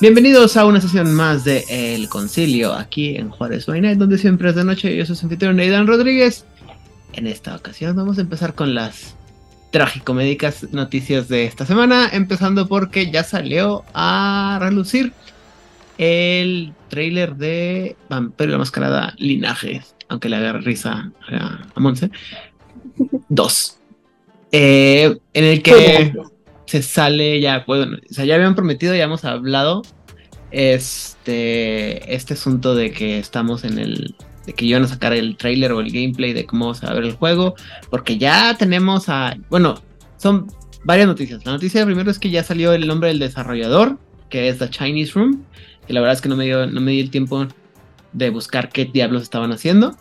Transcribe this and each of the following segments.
Bienvenidos a una sesión más de El Concilio, aquí en Juárez by Night, donde siempre es de noche. Yo soy su anfitrión Aidan Rodríguez. En esta ocasión vamos a empezar con las tragicomédicas noticias de esta semana, empezando porque ya salió a relucir el tráiler de Vampiro la Mascarada Linaje, aunque le haga risa a Monse 2, en el que se sale ya, bueno, o sea, ya habían prometido, ya hemos hablado este asunto de que estamos de que iban a sacar el tráiler o el gameplay de cómo se va a ver el juego, porque ya tenemos bueno, son varias noticias. La noticia primero es que ya salió el nombre del desarrollador, que es The Chinese Room, que la verdad es que no me di el tiempo de buscar qué diablos estaban haciendo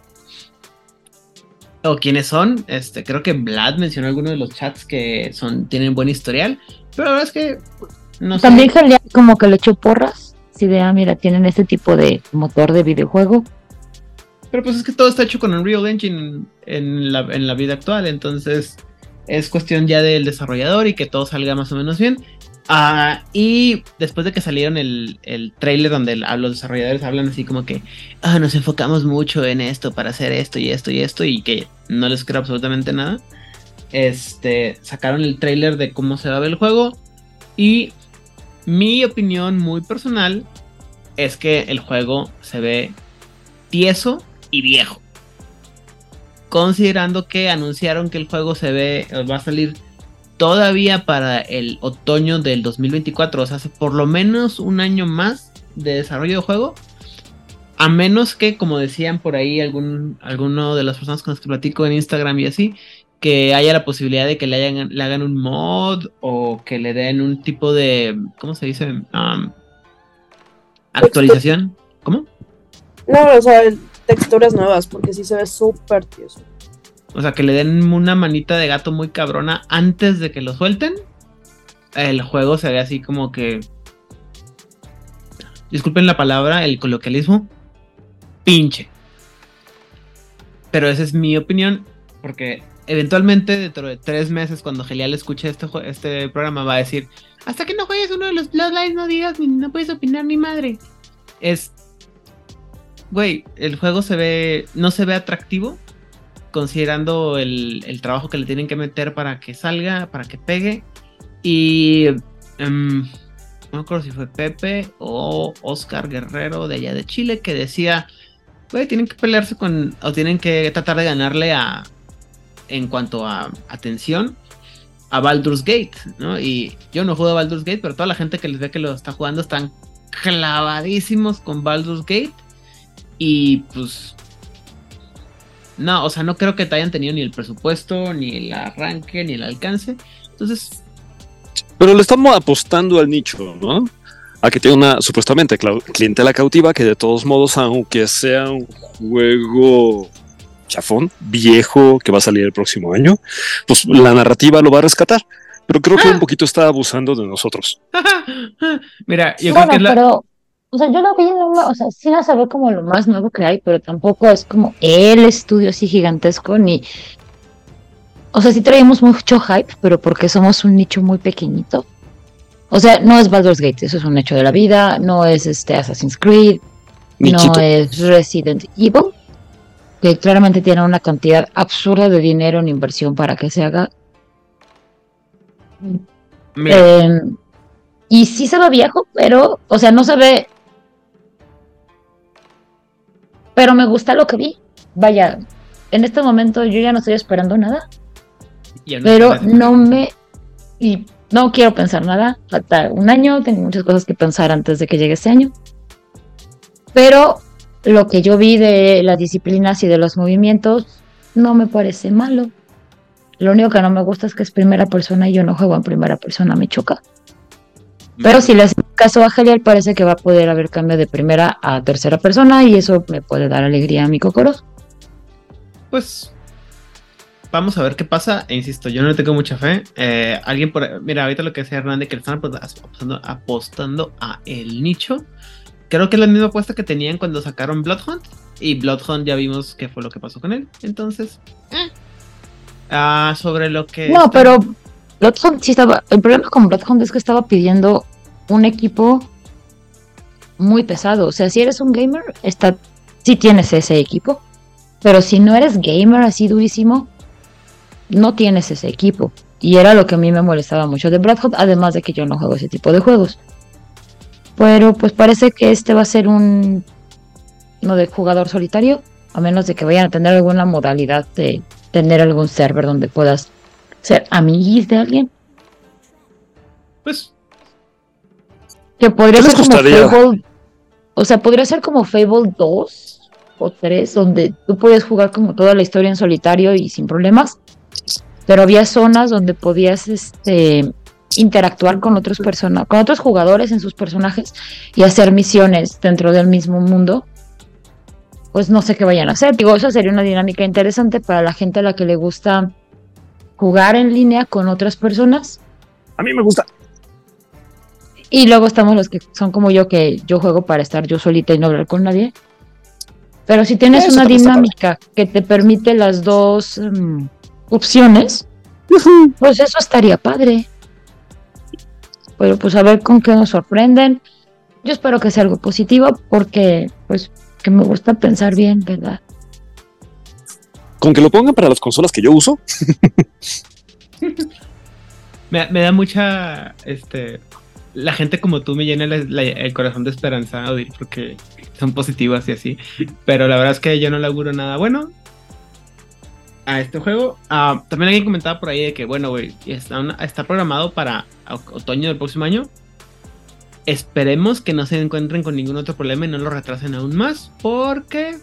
o quiénes son. Creo que Vlad mencionó algunos de los chats que tienen buen historial, pero la verdad es que no sé. También Galeán como que le echó porras. Sí, mira, tienen este tipo de motor de videojuego. Pero pues es que todo está hecho con Unreal Engine en la vida actual, entonces es cuestión ya del desarrollador y que todo salga más o menos bien. Y después de que salieron el trailer donde los desarrolladores hablan así como que nos enfocamos mucho en esto para hacer esto y esto y esto, y que no les creo absolutamente nada, sacaron el trailer de cómo se va a ver el juego. Y mi opinión muy personal es que el juego se ve tieso y viejo, considerando que anunciaron que el juego va a salir todavía para el otoño del 2024, o sea, hace por lo menos un año más de desarrollo de juego, a menos que, como decían por ahí alguno de las personas con las que platico en Instagram y así, que haya la posibilidad de que le hagan un mod o que le den un tipo de, ¿cómo se dice? Actualización. ¿Cómo? No, o sea, texturas nuevas, porque sí se ve súper tieso. O sea, que le den una manita de gato muy cabrona antes de que lo suelten. El juego se ve así como que, disculpen la palabra, el coloquialismo, pinche. Pero esa es mi opinión, porque eventualmente dentro de 3 meses, cuando Gelial escuche este programa, va a decir: hasta que no juegues uno de los Bloodlines no digas, no puedes opinar ni madre. Güey, el juego no se ve atractivo, considerando el trabajo que le tienen que meter para que salga, para que pegue. Y no me acuerdo si fue Pepe o Oscar Guerrero de allá de Chile, que decía: güey, tienen que pelearse o tienen que tratar de ganarle en cuanto a atención, a Baldur's Gate, ¿no? Y yo no juego a Baldur's Gate, pero toda la gente que les ve que lo está jugando están clavadísimos con Baldur's Gate. Y pues no, o sea, no creo que te hayan tenido ni el presupuesto, ni el arranque, ni el alcance. Entonces, pero le estamos apostando al nicho, ¿no? A que tiene una supuestamente clientela cautiva, que de todos modos, aunque sea un juego chafón, viejo, que va a salir el próximo año, pues la narrativa lo va a rescatar. Pero creo que un poquito está abusando de nosotros. Mira, yo bueno, creo que pero, o sea, yo lo vi, o sea, sí no saber como lo más nuevo que hay, pero tampoco es como el estudio así gigantesco, ni... O sea, sí traemos mucho hype, pero porque somos un nicho muy pequeñito. O sea, no es Baldur's Gate, eso es un hecho de la vida, no es Assassin's Creed, Nichito. No es Resident Evil, que claramente tiene una cantidad absurda de dinero en inversión para que se haga. Y sí se ve viejo, pero, o sea, no se ve... Pero me gusta lo que vi. Vaya, en este momento yo ya no estoy esperando nada. Pero y no quiero pensar nada. Falta un año, tengo muchas cosas que pensar antes de que llegue este año. Pero lo que yo vi de las disciplinas y de los movimientos no me parece malo. Lo único que no me gusta es que es primera persona y yo no juego en primera persona, me choca. Pero si le hace caso a Gelial, parece que va a poder haber cambio de primera a tercera persona y eso me puede dar alegría a mi cocoro. Pues vamos a ver qué pasa. E insisto, yo no le tengo mucha fe. Mira, ahorita lo que decía Hernández, que le están apostando a el nicho. Creo que es la misma apuesta que tenían cuando sacaron Bloodhunt. Y Bloodhunt ya vimos qué fue lo que pasó con él. Entonces, sobre lo que... No, pero Bloodhunt sí estaba... El problema con Bloodhunt es que estaba pidiendo un equipo muy pesado. O sea, si eres un gamer, sí tienes ese equipo. Pero si no eres gamer así durísimo, no tienes ese equipo. Y era lo que a mí me molestaba mucho de Bradford, además de que yo no juego ese tipo de juegos. Pero pues parece que este va a ser no de jugador solitario, a menos de que vayan a tener alguna modalidad de tener algún server donde puedas ser amiguis de alguien. Pues que podría ¿qué ser les como gustaría? Fable, o sea, podría ser como Fable 2 o 3, donde tú podías jugar como toda la historia en solitario y sin problemas, pero había zonas donde podías interactuar con con otros jugadores en sus personajes y hacer misiones dentro del mismo mundo. Pues no sé qué vayan a hacer. Digo, eso sería una dinámica interesante para la gente a la que le gusta jugar en línea con otras personas. A mí me gusta. Y luego estamos los que son como yo, que yo juego para estar yo solita y no hablar con nadie. Pero si tienes Eso una también está padre. dinámica que te permite las dos opciones, pues eso estaría padre. Pero pues a ver con qué nos sorprenden. Yo espero que sea algo positivo porque pues que me gusta pensar bien, ¿verdad? Con que lo pongan para las consolas que yo uso. me da mucha, la gente como tú me llena el corazón de esperanza, Odil, porque son positivas y así. Pero la verdad es que yo no le auguro nada bueno a este juego. También alguien comentaba por ahí de que, bueno, güey, está programado para otoño del próximo año. Esperemos que no se encuentren con ningún otro problema y no lo retrasen aún más, porque...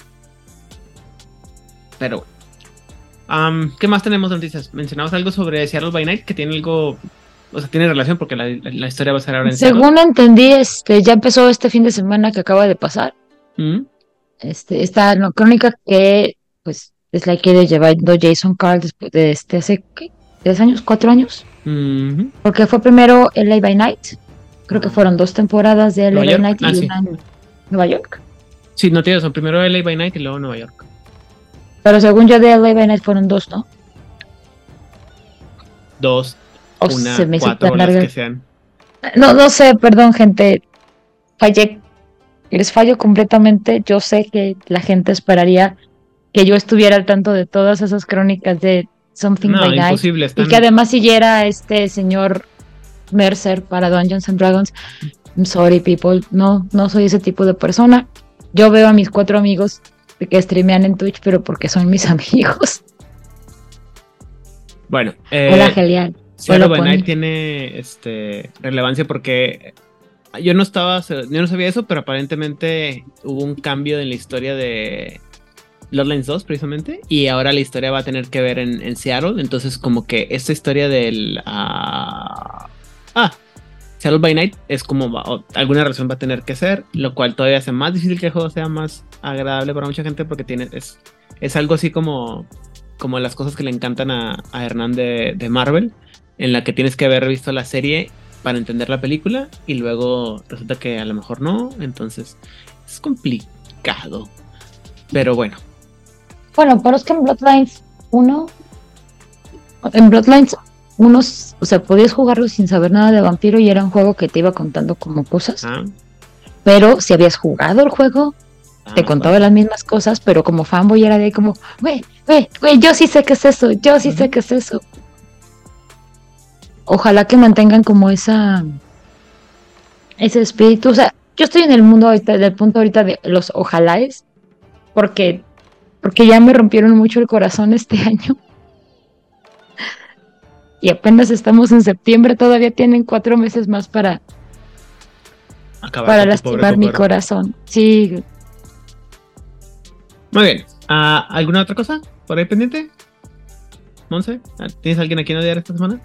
Pero ¿qué más tenemos de noticias? Mencionabas algo sobre Seattle by Night, que tiene algo... O sea, tiene relación porque la historia va a ser ahora en Seattle. Según entendí, ya empezó este fin de semana que acaba de pasar. Esta crónica que, pues, es la que llevando Jason Carl después de hace, ¿qué? ¿3 años? ¿4 años? Porque fue primero LA by Night. Creo que fueron 2 temporadas de LA by Night y una en Nueva York. Sí, no tienes, son primero LA by Night y luego Nueva York. Pero según yo de LA by Night fueron 2, ¿no? 2, una, se me hizo 4 tan las larga. que sean. No sé, perdón, gente. Fallé. Les fallo completamente. Yo sé que la gente esperaría que yo estuviera al tanto de todas esas crónicas de Something by Night. Imposible, y que además siguiera este señor Mercer para Dungeons and Dragons. I'm sorry, people. No soy ese tipo de persona. Yo veo a mis 4 amigos que streamean en Twitch, pero porque son mis amigos. Bueno, hola, Gelial. Seattle by Night tiene relevancia porque yo no sabía eso, pero aparentemente hubo un cambio en la historia de Bloodlines 2 precisamente, y ahora la historia va a tener que ver en Seattle. Entonces como que esta historia del Seattle by Night es como alguna razón va a tener que ser, lo cual todavía hace más difícil que el juego sea más agradable para mucha gente, porque es algo así como las cosas que le encantan a Hernán de Marvel, en la que tienes que haber visto la serie para entender la película y luego resulta que a lo mejor no. Entonces es complicado, pero bueno, pero es que en Bloodlines 1 o sea, podías jugarlo sin saber nada de vampiro y era un juego que te iba contando como cosas. Pero si habías jugado el juego, te contaba las mismas cosas, pero como fanboy era de como, güey, yo sí sé qué es eso, sé qué es eso. Ojalá que mantengan como ese espíritu. O sea, yo estoy en el mundo ahorita, del punto ahorita de los ojaláes, porque ya me rompieron mucho el corazón este año. Y apenas estamos en septiembre, todavía tienen 4 meses más para lastimar mi corazón. Sí. Muy bien. ¿Alguna otra cosa por ahí pendiente? Monse, ¿tienes alguien a quien odiar esta semana?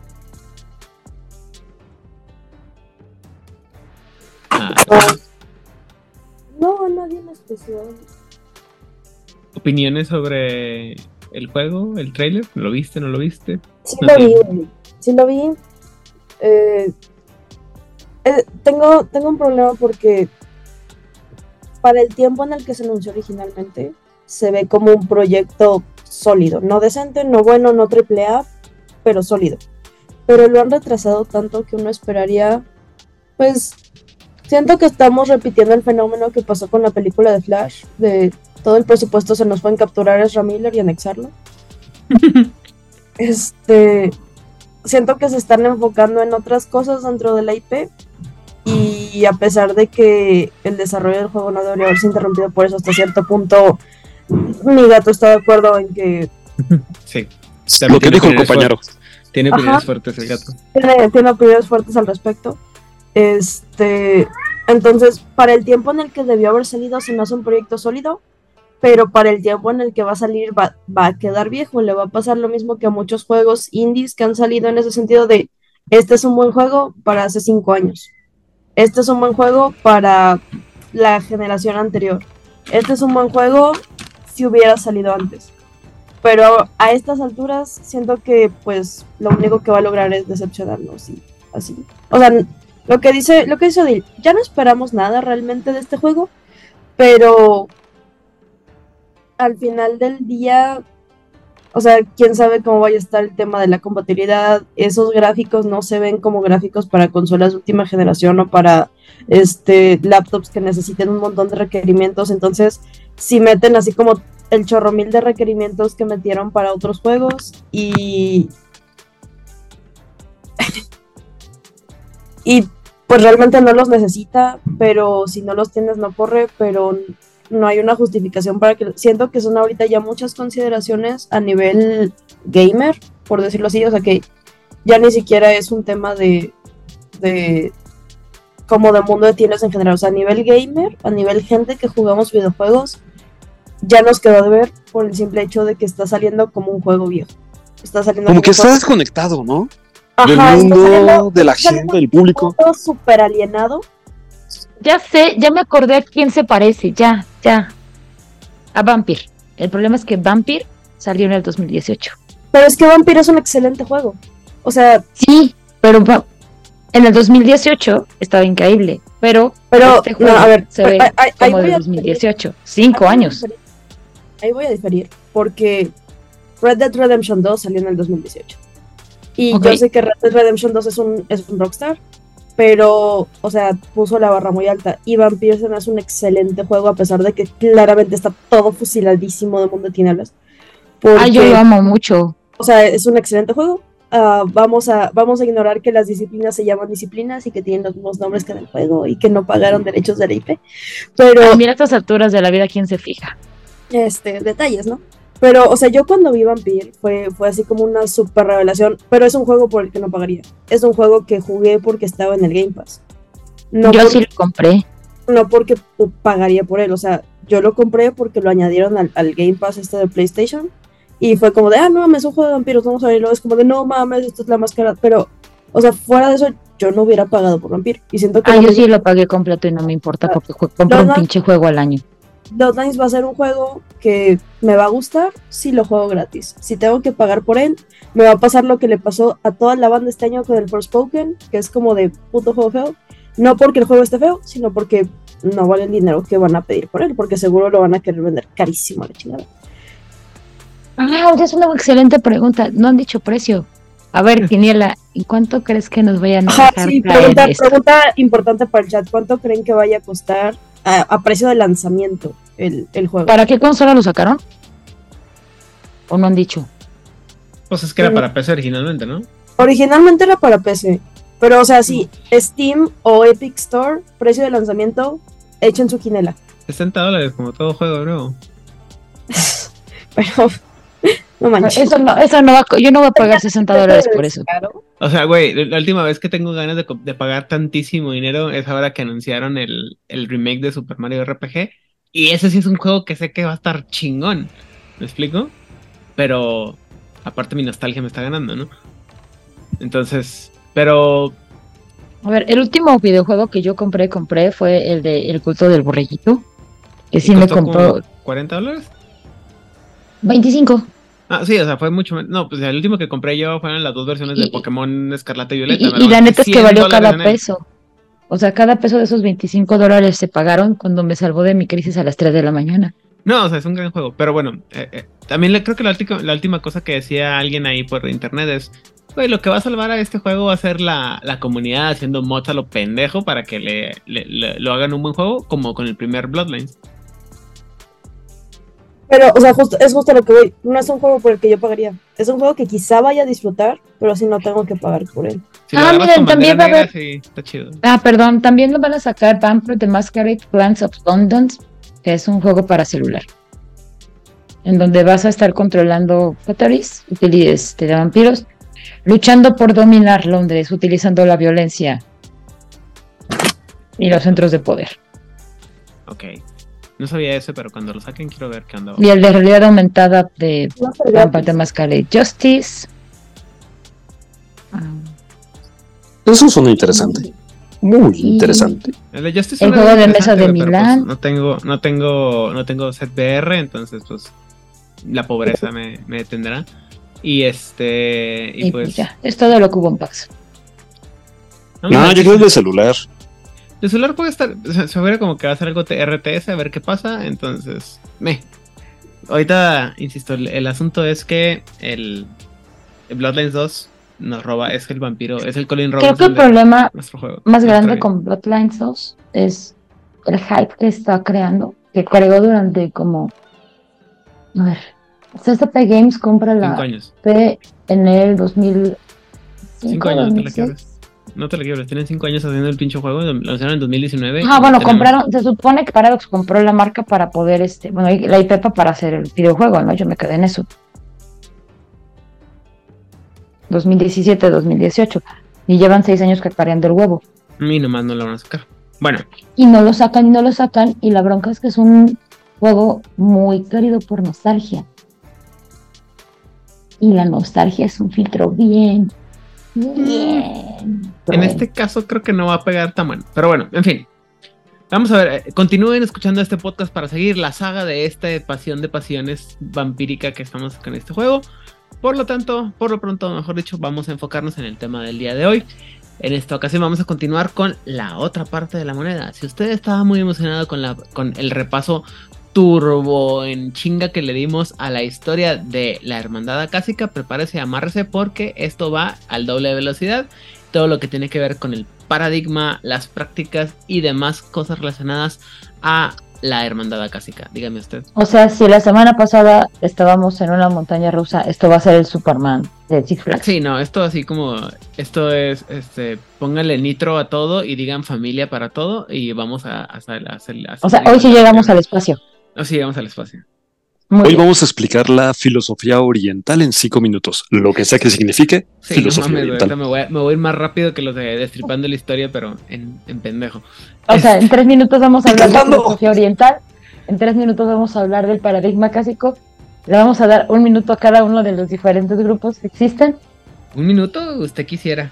No, nadie en especial. ¿Opiniones sobre el juego, el trailer? ¿Lo viste, no lo viste? Sí lo vi. Tengo un problema porque para el tiempo en el que se anunció originalmente se ve como un proyecto sólido, no decente, no bueno, no AAA, pero sólido. Pero lo han retrasado tanto que uno esperaría, pues, Siento que estamos repitiendo el fenómeno que pasó con la película de Flash, de todo el presupuesto se nos fue en capturar a Ezra Miller y anexarlo. Siento que se están enfocando en otras cosas dentro de la IP y a pesar de que el desarrollo del juego no debería haberse interrumpido por eso hasta cierto punto, mi gato está de acuerdo en que... Sí. Lo que dijo el compañero. Tiene opiniones fuertes el gato. Tiene opiniones fuertes al respecto. Entonces, para el tiempo en el que debió haber salido, se me hace un proyecto sólido, pero para el tiempo en el que va a salir, va a quedar viejo. Le va a pasar lo mismo que a muchos juegos indies que han salido en ese sentido de, este es un buen juego para hace 5 años. Este es un buen juego para la generación anterior. Este es un buen juego si hubiera salido antes. Pero a estas alturas siento que pues lo único que va a lograr es decepcionarnos y así. O sea, lo que dice Odil, ya no esperamos nada realmente de este juego, pero al final del día, o sea, quién sabe cómo vaya a estar el tema de la compatibilidad. Esos gráficos no se ven como gráficos para consolas de última generación o para laptops que necesiten un montón de requerimientos. Entonces, si meten así como el chorro mil de requerimientos que metieron para otros juegos y pues realmente no los necesita, pero si no los tienes no corre, pero no hay una justificación para que... Siento que son ahorita ya muchas consideraciones a nivel gamer, por decirlo así, o sea que ya ni siquiera es un tema de como de mundo de tiendas en general, o sea, a nivel gamer, a nivel gente que jugamos videojuegos, ya nos quedó de ver por el simple hecho de que está saliendo como un juego viejo. Está saliendo como que está desconectado, ¿no? Ajá, del mundo, de la gente, del público. Todo súper alienado. Ya sé, ya me acordé a quién se parece, ya. A Vampir. El problema es que Vampir salió en el 2018. Pero es que Vampir es un excelente juego. O sea... Sí, pero en el 2018 estaba increíble, pero este juego no, a ver, se ve como de 2018. 5 años. Ahí voy a diferir, porque Red Dead Redemption 2 salió en el 2018. Y okay, yo sé que Red Dead Redemption 2 es un Rockstar, pero, o sea, puso la barra muy alta. Y Vampire es un excelente juego, a pesar de que claramente está todo fusiladísimo de mundo de tinieblas. Porque, yo lo amo mucho. O sea, es un excelente juego. Vamos a ignorar que las disciplinas se llaman disciplinas y que tienen los mismos nombres que en el juego y que no pagaron derechos de la IP. Pero... mira, a estas alturas de la vida, ¿quién se fija? Detalles, ¿no? Pero, o sea, yo cuando vi Vampire fue así como una super revelación, pero es un juego por el que no pagaría. Es un juego que jugué porque estaba en el Game Pass. No yo sí lo compré. No porque pagaría por él, o sea, yo lo compré porque lo añadieron al Game Pass de PlayStation y fue como de, no mames, es un juego de vampiros, vamos a verlo. Es como de, no mames, esto es la máscara, pero, o sea, fuera de eso, yo no hubiera pagado por Vampire. Y siento que yo sí lo pagué completo y no me importa porque compro un pinche juego al año. Bloodlines va a ser un juego que me va a gustar si lo juego gratis. Si tengo que pagar por él, me va a pasar lo que le pasó a toda la banda este año con el Forspoken, que es como de puto juego feo. No porque el juego esté feo, sino porque no vale el dinero que van a pedir por él, porque seguro lo van a querer vender carísimo a la chingada. Es una excelente pregunta. No han dicho precio. A ver, Quiniela, ¿y cuánto crees que nos vayan a dejar? Sí, pregunta importante para el chat. ¿Cuánto creen que vaya a costar a precio de lanzamiento el juego? ¿Para qué consola lo sacaron? ¿O no han dicho? Pues es que era para PC originalmente, ¿no? Originalmente era para PC. Pero, o sea, sí, Steam o Epic Store, precio de lanzamiento, echen su quinela. $60 como todo juego, bro. Pero... no manches. Eso no va, yo no voy a pagar $60 por eso. O sea, güey, la última vez que tengo ganas de pagar tantísimo dinero es ahora que anunciaron el remake de Super Mario RPG. Y ese sí es un juego que sé que va a estar chingón. ¿Me explico? Pero aparte mi nostalgia me está ganando, ¿no? Entonces, pero... A ver, el último videojuego que yo compré fue el de El culto del borreguito. Que sí me compró... ¿$40? 25. Sí, o sea, fue mucho menos. No, pues el último que compré yo fueron las 2 versiones de Pokémon Escarlata y Violeta. Y la neta es que valió cada peso. O sea, cada peso de esos $25 se pagaron cuando me salvó de mi crisis a las 3 de la mañana. No, o sea, es un gran juego. Pero bueno, también creo que la última cosa que decía alguien ahí por internet es Güey, lo que va a salvar a este juego va a ser la comunidad haciendo mods a lo pendejo para que lo hagan un buen juego, como con el primer Bloodlines. Pero, o sea, es justo lo que voy. No es un juego por el que yo pagaría. Es un juego que quizá vaya a disfrutar, pero sí no tengo que pagar por él. Si miren, también va a haber... Sí, está chido. Perdón, también lo van a sacar Vampire the Masquerade Clans of London, que es un juego para celular, en donde vas a estar controlando Fataris, de vampiros, luchando por dominar Londres, utilizando la violencia y los centros de poder. Ok. No sabía eso, pero cuando lo saquen quiero ver qué onda. Y el de realidad aumentada de Vampire the Masquerade Justice. Eso suena interesante. Muy interesante. El de Justice, el juego de mesa de Milán. Pues, no tengo set VR, entonces pues la pobreza me detendrá. Y pues ya, es todo lo que hubo en PAX. No, yo creo el de celular. El celular puede estar, se ve como que va a ser algo RTS, a ver qué pasa, entonces, ahorita, insisto, el asunto es que el Bloodlines 2 nos roba, es el vampiro, es el Colin Robinson. Creo que el problema juego, más grande con Bloodlines 2 es el hype que está creando, que creó durante como, a ver, CCP Games compra la 5 años. P en el 2005. 5 años, no te la quiebres. Tienen 5 años haciendo el pinche juego, lo lanzaron en 2019. Bueno, se supone que Paradox compró la marca para poder, la IP para hacer el videojuego, ¿no? Yo me quedé en eso. 2017, 2018. Y llevan 6 años cacareando el huevo. Y nomás no lo van a sacar. Bueno. Y no lo sacan, y la bronca es que es un juego muy querido por nostalgia. Y la nostalgia es un filtro bien. En este caso creo que no va a pegar tan bueno. Pero bueno, en fin. Vamos a ver, continúen escuchando este podcast para seguir la saga de esta pasión de pasiones vampírica que estamos con este juego. Por lo pronto, mejor dicho, vamos a enfocarnos en el tema del día de hoy. En esta ocasión vamos a continuar con la otra parte de la moneda. Si usted estaba muy emocionado con el repaso turbo en chinga que le dimos a la historia de la Hermandad Acásica, prepárese, amárrese, porque esto va al doble de velocidad. Todo lo que tiene que ver con el paradigma, las prácticas y demás cosas relacionadas a la Hermandad Acásica. Dígame usted. O sea, si la semana pasada estábamos en una montaña rusa, esto va a ser el Superman de Six Flags. Sí, no, esto así como, esto es, póngale nitro a todo y digan familia para todo y vamos a hacer. O sea, hoy sí llegamos al espacio. Sí, llegamos al espacio. Hoy vamos a explicar la filosofía oriental en 5 minutos, lo que sea que signifique filosofía oriental. Me voy a ir más rápido que los de Destripando la Historia, pero en pendejo. O sea, en 3 minutos vamos a hablar de filosofía oriental, en 3 minutos vamos a hablar del paradigma clásico, le vamos a dar 1 minuto a cada uno de los diferentes grupos que existen. 1 minuto, usted quisiera.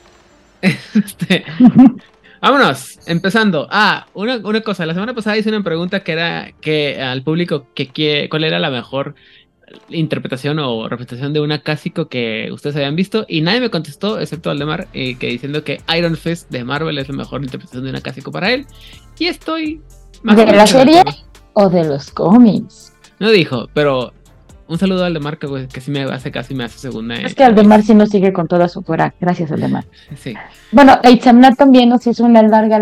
Vámonos, empezando. Una cosa, la semana pasada hice una pregunta que era que al público cuál era la mejor interpretación o representación de un acásico que ustedes habían visto, y nadie me contestó excepto Aldemar, que diciendo que Iron Fist de Marvel es la mejor interpretación de un acásico para él, y estoy más ¿de la serie o de los cómics? No dijo, pero un saludo a Aldemar, que sí me hace casi me hace segunda. Es que Aldemar sí nos sigue con toda su fuera. Gracias, Aldemar. Sí. Bueno, Eitzamna también nos hizo una larga,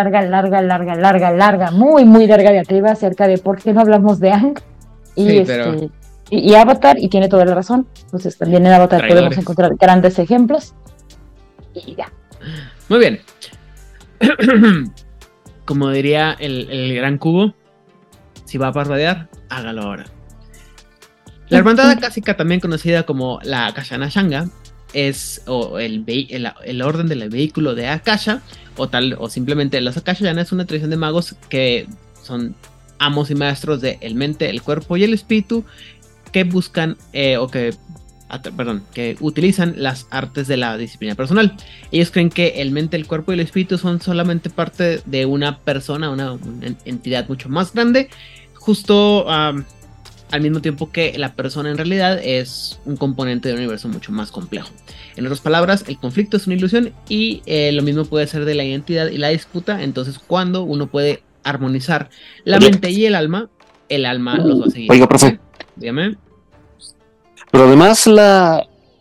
muy, muy larga diatriba acerca de por qué no hablamos de Aang. Y Avatar, y tiene toda la razón. Entonces también en Avatar podemos encontrar grandes ejemplos. Y ya. Muy bien. Como diría el gran Cubo, si va a parpadear, hágalo ahora. La Hermandad Acásica, también conocida como la Akashana Shanga, es el orden del vehículo de Akasha, o simplemente los Akashayana, es una tradición de magos que son amos y maestros de el mente, el cuerpo y el espíritu, que buscan que utilizan las artes de la disciplina personal. Ellos creen que el mente, el cuerpo y el espíritu son solamente parte de una persona, una entidad mucho más grande, justo al mismo tiempo que la persona en realidad es un componente de un universo mucho más complejo. En otras palabras, el conflicto es una ilusión, y lo mismo puede ser de la identidad y la disputa. Entonces, cuando uno puede armonizar la mente y el alma los va a seguir. Oiga, profe. Dígame. Pero además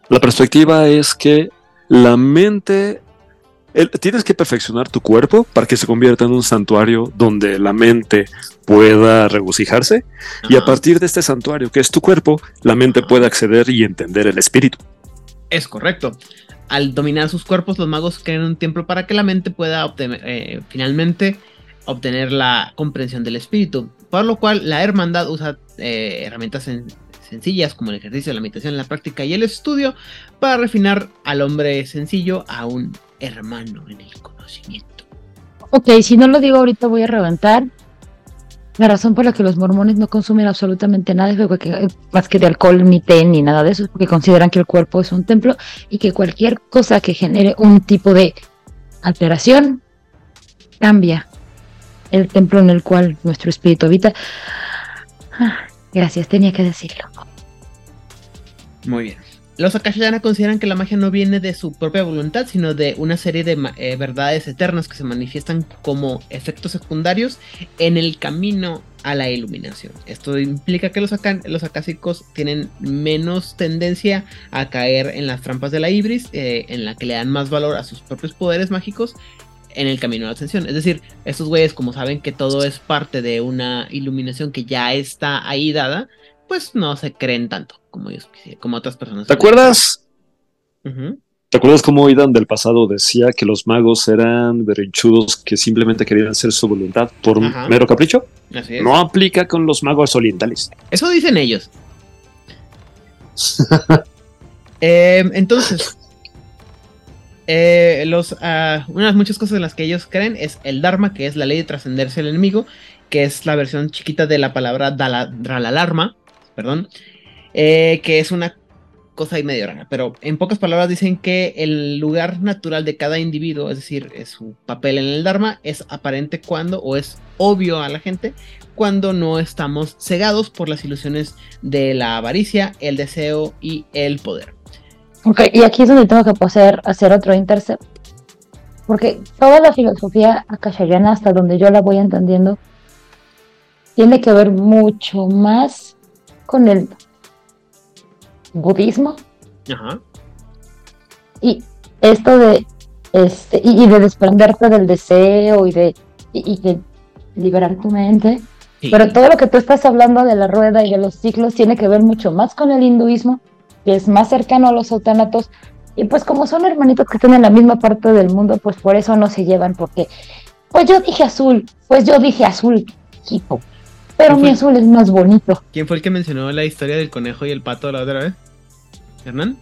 La perspectiva es que la mente... tienes que perfeccionar tu cuerpo para que se convierta en un santuario donde la mente pueda regocijarse. Y a partir de este santuario que es tu cuerpo, la mente puede acceder y entender el espíritu. Es correcto. Al dominar sus cuerpos, los magos crean un templo para que la mente pueda finalmente obtener la comprensión del espíritu. Por lo cual la hermandad usa herramientas sencillas como el ejercicio, la meditación, la práctica y el estudio para refinar al hombre sencillo a un hermano en el conocimiento. Ok, si no lo digo ahorita voy a reventar. La razón por la que los mormones no consumen absolutamente nada más que de alcohol, ni té, ni nada de eso, es porque consideran que el cuerpo es un templo y que cualquier cosa que genere un tipo de alteración cambia el templo en el cual nuestro espíritu habita. Gracias, tenía que decirlo. Muy bien. Los Akashayana consideran que la magia no viene de su propia voluntad, sino de una serie de verdades eternas que se manifiestan como efectos secundarios en el camino a la iluminación. Esto implica que los acásicos tienen menos tendencia a caer en las trampas de la ibris, en la que le dan más valor a sus propios poderes mágicos en el camino a la ascensión. Es decir, estos güeyes, como saben que todo es parte de una iluminación que ya está ahí dada, pues no se creen tanto como ellos quisieran, como otras personas. ¿Te acuerdas? ¿Te acuerdas cómo Aidan del pasado decía que los magos eran berrinchudos que simplemente querían hacer su voluntad por un mero capricho? Así es. No aplica con los magos orientales. Eso dicen ellos. Entonces, una de las muchas cosas en las que ellos creen es el Dharma, que es la ley de trascenderse al enemigo, que es la versión chiquita de la palabra Dralalarma, perdón, que es una cosa ahí medio rara, pero en pocas palabras dicen que el lugar natural de cada individuo, es decir, su papel en el Dharma, es aparente cuando, o es obvio a la gente, cuando no estamos cegados por las ilusiones de la avaricia, el deseo y el poder. Ok, y aquí es donde tengo que hacer otro intercept, porque toda la filosofía akashayana, hasta donde yo la voy entendiendo, tiene que ver mucho más con el budismo. Ajá. Y esto de y de desprenderte del deseo y de liberar tu mente. Sí. Pero todo lo que tú estás hablando de la rueda y de los ciclos tiene que ver mucho más con el hinduismo, que es más cercano a los autónatos. Y pues como son hermanitos que están en la misma parte del mundo, pues por eso no se llevan, porque pues yo dije azul, hijo. Pero mi azul es más bonito. ¿Quién fue el que mencionó la historia del conejo y el pato la otra vez? ¿Hernán?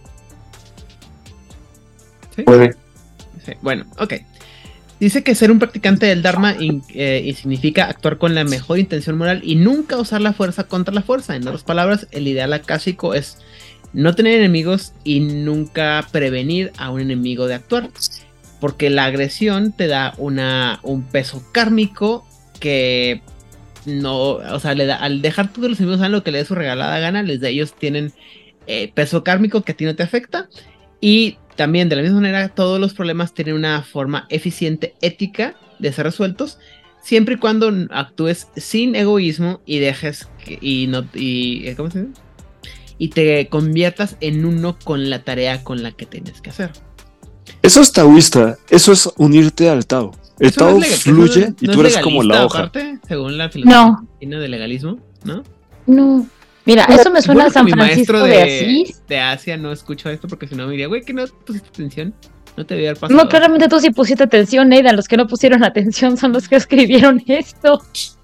¿Sí? Puede. Sí. Bueno, ok. Dice que ser un practicante del Dharma significa actuar con la mejor intención moral y nunca usar la fuerza contra la fuerza. En otras palabras, el ideal akáshico es no tener enemigos y nunca prevenir a un enemigo de actuar. Porque la agresión te da un peso kármico que no, o sea, al dejar todos los enemigos hagan lo que le dé su regalada gana, ellos tienen peso kármico que a ti no te afecta. Y también, de la misma manera, todos los problemas tienen una forma eficiente, ética de ser resueltos, siempre y cuando actúes sin egoísmo y dejes ¿cómo se dice? Y te conviertas en uno con la tarea con la que tienes que hacer. Eso es taoísta, eso es unirte al Tao. El Tao fluye y tú eres como la hoja. Aparte, según la filosofía de legalismo, ¿no? No. Mira, eso me suena a San Francisco de Asís. De Asia no escucho esto porque si no me diría, güey, que no pusiste atención. No te debía haber pasado. No, claramente tú sí pusiste atención, Neida. Los que no pusieron atención son los que escribieron esto.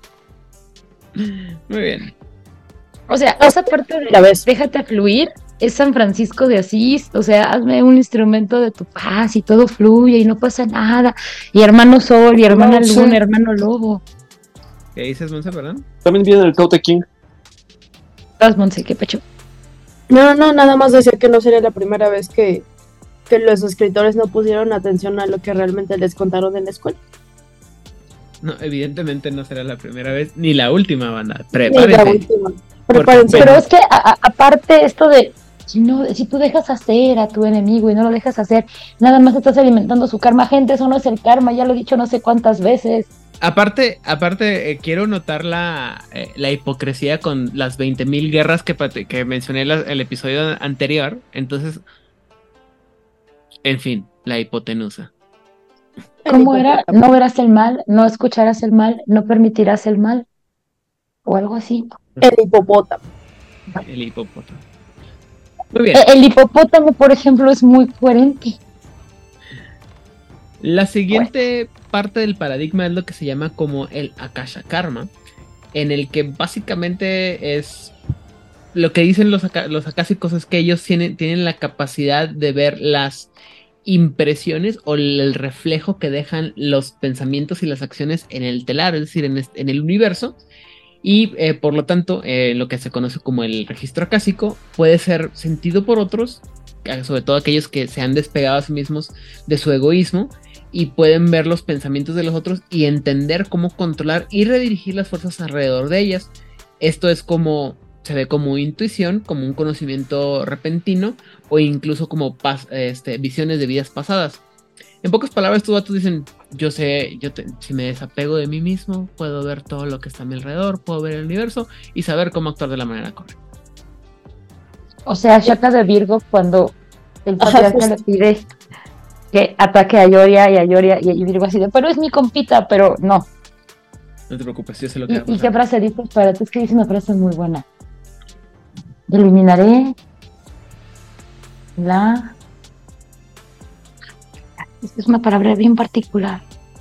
Muy bien. O sea, esa parte de la vez, déjate fluir, es San Francisco de Asís. O sea, hazme un instrumento de tu paz y todo fluye y no pasa nada. Y hermano Sol, y hermana Luna, hermano Lobo. ¿Qué dices, Monse, perdón? También viene el Tao Te Ching. Monse, qué pecho. No, nada más decía que no sería la primera vez que los escritores no pusieron atención a lo que realmente les contaron en la escuela. No, evidentemente no será la primera vez, ni la última, banda. Prepárense. Ni la última. Prepárense. Pero es que aparte esto de si tú dejas hacer a tu enemigo y no lo dejas hacer, nada más estás alimentando su karma. Gente, eso no es el karma, ya lo he dicho no sé cuántas veces. Aparte, quiero notar la hipocresía con las 20,000 guerras que mencioné en el episodio anterior. Entonces, En fin, la hipotenusa. ¿Cómo era? No verás el mal, no escucharás el mal, no permitirás el mal, o algo así. El hipopótamo. El hipopótamo. Muy bien. El hipopótamo, por ejemplo, es muy coherente. La siguiente parte del paradigma es lo que se llama como el Akasha Karma, en el que básicamente es lo que dicen los acásicos es que ellos tienen la capacidad de ver las impresiones o el reflejo que dejan los pensamientos y las acciones en el telar, es decir, en el universo. Y por lo tanto, lo que se conoce como el registro acásico puede ser sentido por otros, sobre todo aquellos que se han despegado a sí mismos de su egoísmo y pueden ver los pensamientos de los otros y entender cómo controlar y redirigir las fuerzas alrededor de ellas. Esto es como se ve como intuición, como un conocimiento repentino o incluso como visiones de vidas pasadas. En pocas palabras, estos vatos dicen, si me desapego de mí mismo, puedo ver todo lo que está a mi alrededor, puedo ver el universo y saber cómo actuar de la manera correcta. O sea, Shaka de Virgo cuando el patriarca le pide que ataque a Ioria y Virgo así de, pero es mi compita, pero no. No te preocupes, yo sé lo que va a ¿Y pasar. qué frase dices? Para ti es que dice una frase muy buena. Eliminaré la... Es una palabra bien particular.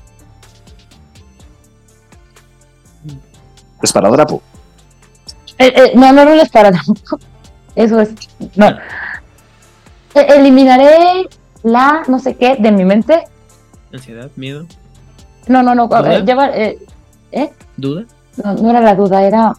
Esparadrapo. No es esparadrapo. Eso es. No. Eliminaré la no sé qué de mi mente. Ansiedad, miedo. No. ¿Duda? ¿Duda? No era la duda, era...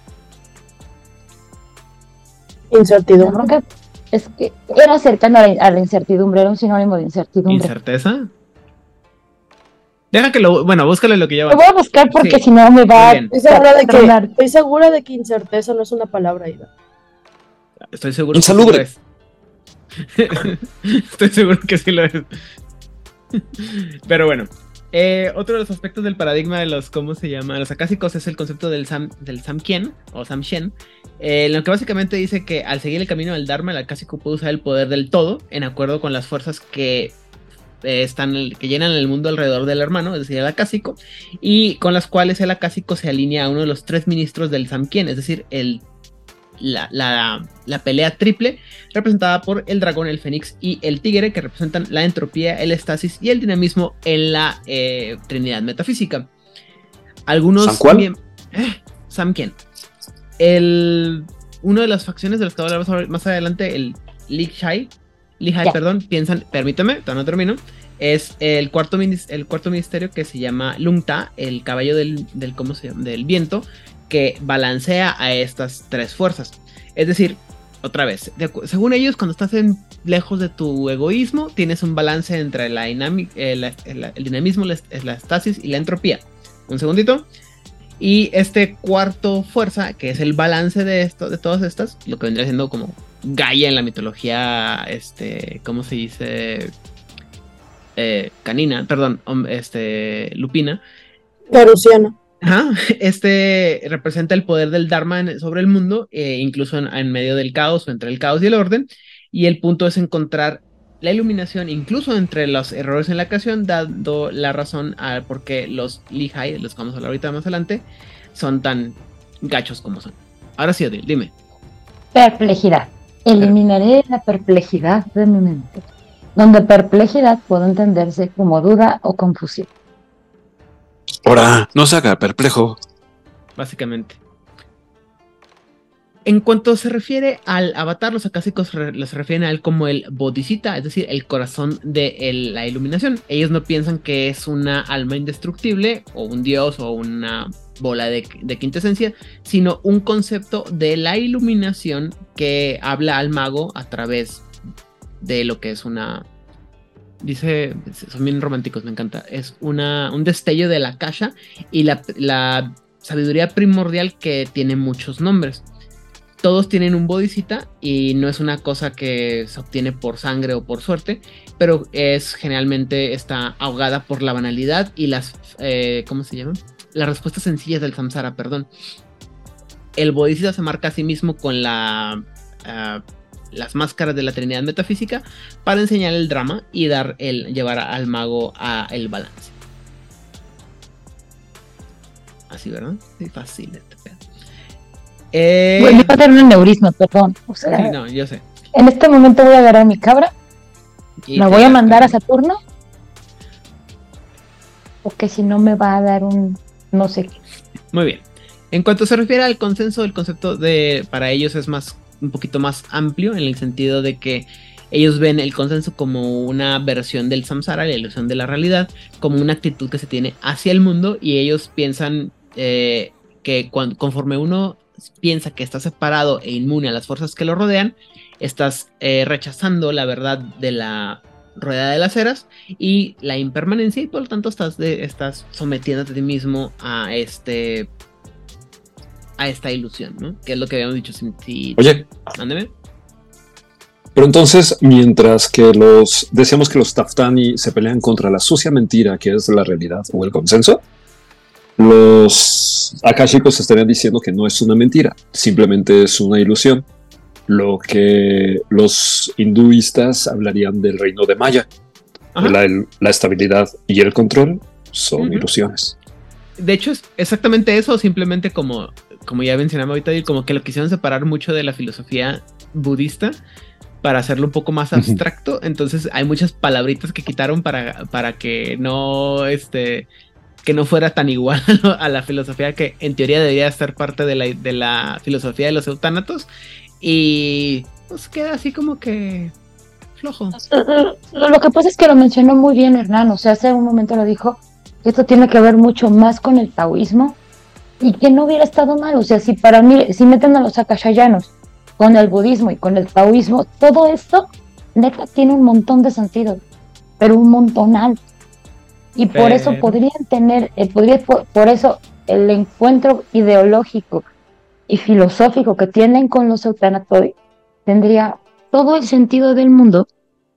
Incertidumbre. Es que era cercano a la incertidumbre, era un sinónimo de incertidumbre. ¿Incerteza? Deja que búscale lo que lleva. Lo voy a buscar porque Sí. si no me va a... Estoy segura de que incerteza no es una palabra, Ida. Estoy seguro Insalubre. que sí lo es. Estoy seguro que sí lo es. Pero bueno. Otro de los aspectos del paradigma de los, ¿cómo se llama? Los acásicos es el concepto del Samkien o Samshen, lo que básicamente dice que al seguir el camino del Dharma, el acásico puede usar el poder del todo en acuerdo con las fuerzas que que llenan el mundo alrededor del hermano, es decir, el acásico, y con las cuales el acásico se alinea a uno de los 3 ministros del Samkien, es decir, la pelea triple representada por el dragón, el fénix y el tigre, que representan la entropía, el estasis y el dinamismo en la trinidad metafísica. Algunos ¿San cuál? Samkien. Uno de las facciones de las que voy a hablar más adelante, el Lihai, perdón, permíteme, todavía no termino. Es el cuarto ministerio que se llama Lungta, el caballo del ¿cómo se llama? Del viento, que balancea a estas 3 fuerzas. Es decir, otra vez, según ellos, cuando estás lejos de tu egoísmo, tienes un balance entre el dinamismo, la estasis y la entropía. Un segundito. Y este cuarto fuerza, que es el balance de todas estas, lo que vendría siendo como Gaia en la mitología, ¿cómo se dice? Canina, perdón, Lupina. Garusiana. Ajá, representa el poder del Dharma sobre el mundo, incluso en medio del caos o entre el caos y el orden, y el punto es encontrar la iluminación incluso entre los errores en la creación, dando la razón a por qué los Lihai, los que vamos a hablar ahorita más adelante, son tan gachos como son. Ahora sí, Odil, dime. Perplejidad. Eliminaré la perplejidad de mi mente, donde perplejidad puede entenderse como duda o confusión. Ahora, no se haga perplejo. Básicamente. En cuanto se refiere al avatar, los acásicos los refieren a él como el bodhisattva, es decir, el corazón de la iluminación. Ellos no piensan que es una alma indestructible o un dios o una bola de quintesencia, sino un concepto de la iluminación que habla al mago a través de lo que es una... Dice, son bien románticos, me encanta. Es un destello de la Akasha y la sabiduría primordial que tiene muchos nombres. Todos tienen un bodhisattva y no es una cosa que se obtiene por sangre o por suerte, pero generalmente está ahogada por la banalidad y las, ¿cómo se llaman? Las respuestas sencillas del samsara, perdón. El bodhisattva se marca a sí mismo con la las máscaras de la Trinidad metafísica para enseñar el drama y llevar al mago a el balance. Así, ¿verdad? Sí, fácil. Bueno, iba a dar un aneurisma, perdón. O sea, sí, no, yo sé. En este momento voy a agarrar mi cabra, la voy a mandar a Saturno, porque si no me va a dar un no sé qué. Muy bien. En cuanto se refiere al consenso, el concepto para ellos es un poquito más amplio, en el sentido de que ellos ven el consenso como una versión del samsara, la ilusión de la realidad, como una actitud que se tiene hacia el mundo, y ellos piensan que conforme uno piensa que está separado e inmune a las fuerzas que lo rodean, estás rechazando la verdad de la rueda de las eras y la impermanencia, y por lo tanto estás sometiéndote a ti mismo a esta ilusión, ¿no? Que es lo que habíamos dicho. Oye, mándeme. Pero entonces, mientras que decíamos que los Taftani se pelean contra la sucia mentira que es la realidad o el consenso, los Akashicos estarían diciendo que no es una mentira, simplemente es una ilusión. Lo que los hinduistas hablarían del reino de Maya. La estabilidad y el control son ilusiones. De hecho, es exactamente eso, simplemente como ya mencionaba ahorita, como que lo quisieron separar mucho de la filosofía budista para hacerlo un poco más abstracto. Entonces hay muchas palabritas que quitaron para que no fuera tan igual a la filosofía que en teoría debería ser parte de la filosofía de los eutánatos, y pues queda así como que flojo. Lo que pasa es que lo mencionó muy bien Hernán, o sea, hace un momento lo dijo, que esto tiene que ver mucho más con el taoísmo, y que no hubiera estado mal. O sea, si para mí, si meten a los akashayanos con el budismo y con el taoísmo, todo esto neta tiene un montón de sentido, pero un montonal. Y por eso podrían tener, por eso el encuentro ideológico y filosófico que tienen con los eutanatoi tendría todo el sentido del mundo,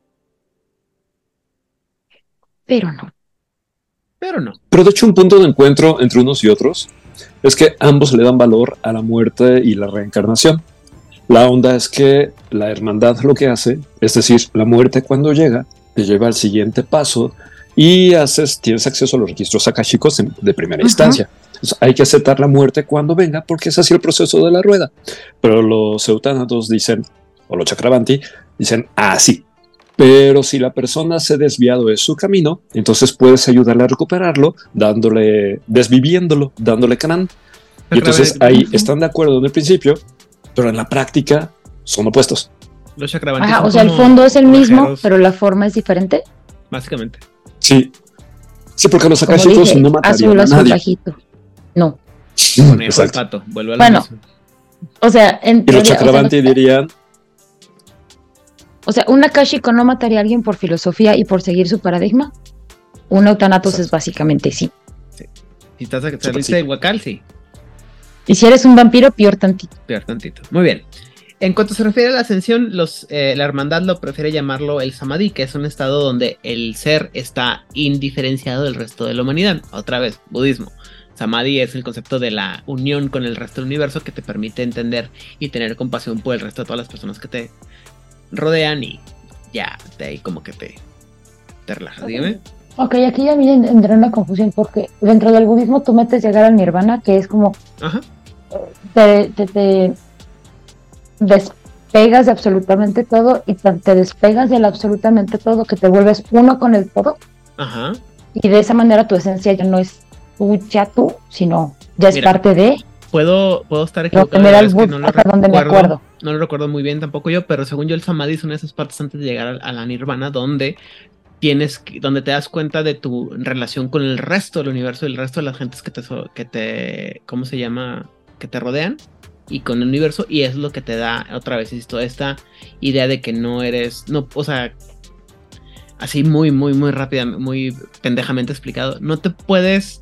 pero no. Pero de hecho, un punto de encuentro entre unos y otros es que ambos le dan valor a la muerte y la reencarnación. La onda es que la hermandad lo que hace, es decir, la muerte cuando llega, te lleva al siguiente paso y tienes acceso a los registros akashicos de primera instancia. Entonces, hay que aceptar la muerte cuando venga, porque es así el proceso de la rueda. Pero los eutánatos dicen, o los chakravanti, dicen, sí. Pero si la persona se ha desviado de su camino, entonces puedes ayudarle a recuperarlo, desviviéndolo, dándole canán. Y entonces ahí están de acuerdo en el principio, pero en la práctica son opuestos. Los chakravanti. O sea, el fondo es el mismo, pero la forma es diferente. Básicamente. Sí, porque los akashicos no matarían a nadie. Bajito. No. Conejo el pato, vuelve a lo mismo. O sea, y los chakravanti dirían... O sea, un akashico no mataría a alguien por filosofía y por seguir su paradigma. Un eutanatos es básicamente sí. Si estás a salirse de Huacal, sí. Y si eres un vampiro, peor tantito. Muy bien. En cuanto se refiere a la ascensión, la hermandad lo prefiere llamarlo el samadhi, que es un estado donde el ser está indiferenciado del resto de la humanidad. Otra vez, budismo. Samadhi es el concepto de la unión con el resto del universo, que te permite entender y tener compasión por el resto de todas las personas que te rodean, y ya de ahí como que te relajas. Dígame. Ok, aquí ya me entré en la confusión, porque dentro del budismo tú metes llegar al nirvana, que es como te despegas de absolutamente todo, y te despegas del absolutamente todo que te vuelves uno con el todo. Y de esa manera tu esencia ya no es tú, sino ya es parte de... Puedo estar equivocado. No lo recuerdo muy bien tampoco yo, pero según yo el samadhi es una de esas partes antes de llegar a la nirvana donde donde te das cuenta de tu relación con el resto del universo y el resto de las gentes que te ¿cómo se llama? Que te rodean, y con el universo, y es lo que te da otra vez toda esta idea de que o sea, así muy muy muy rápida, muy pendejamente explicado, no te puedes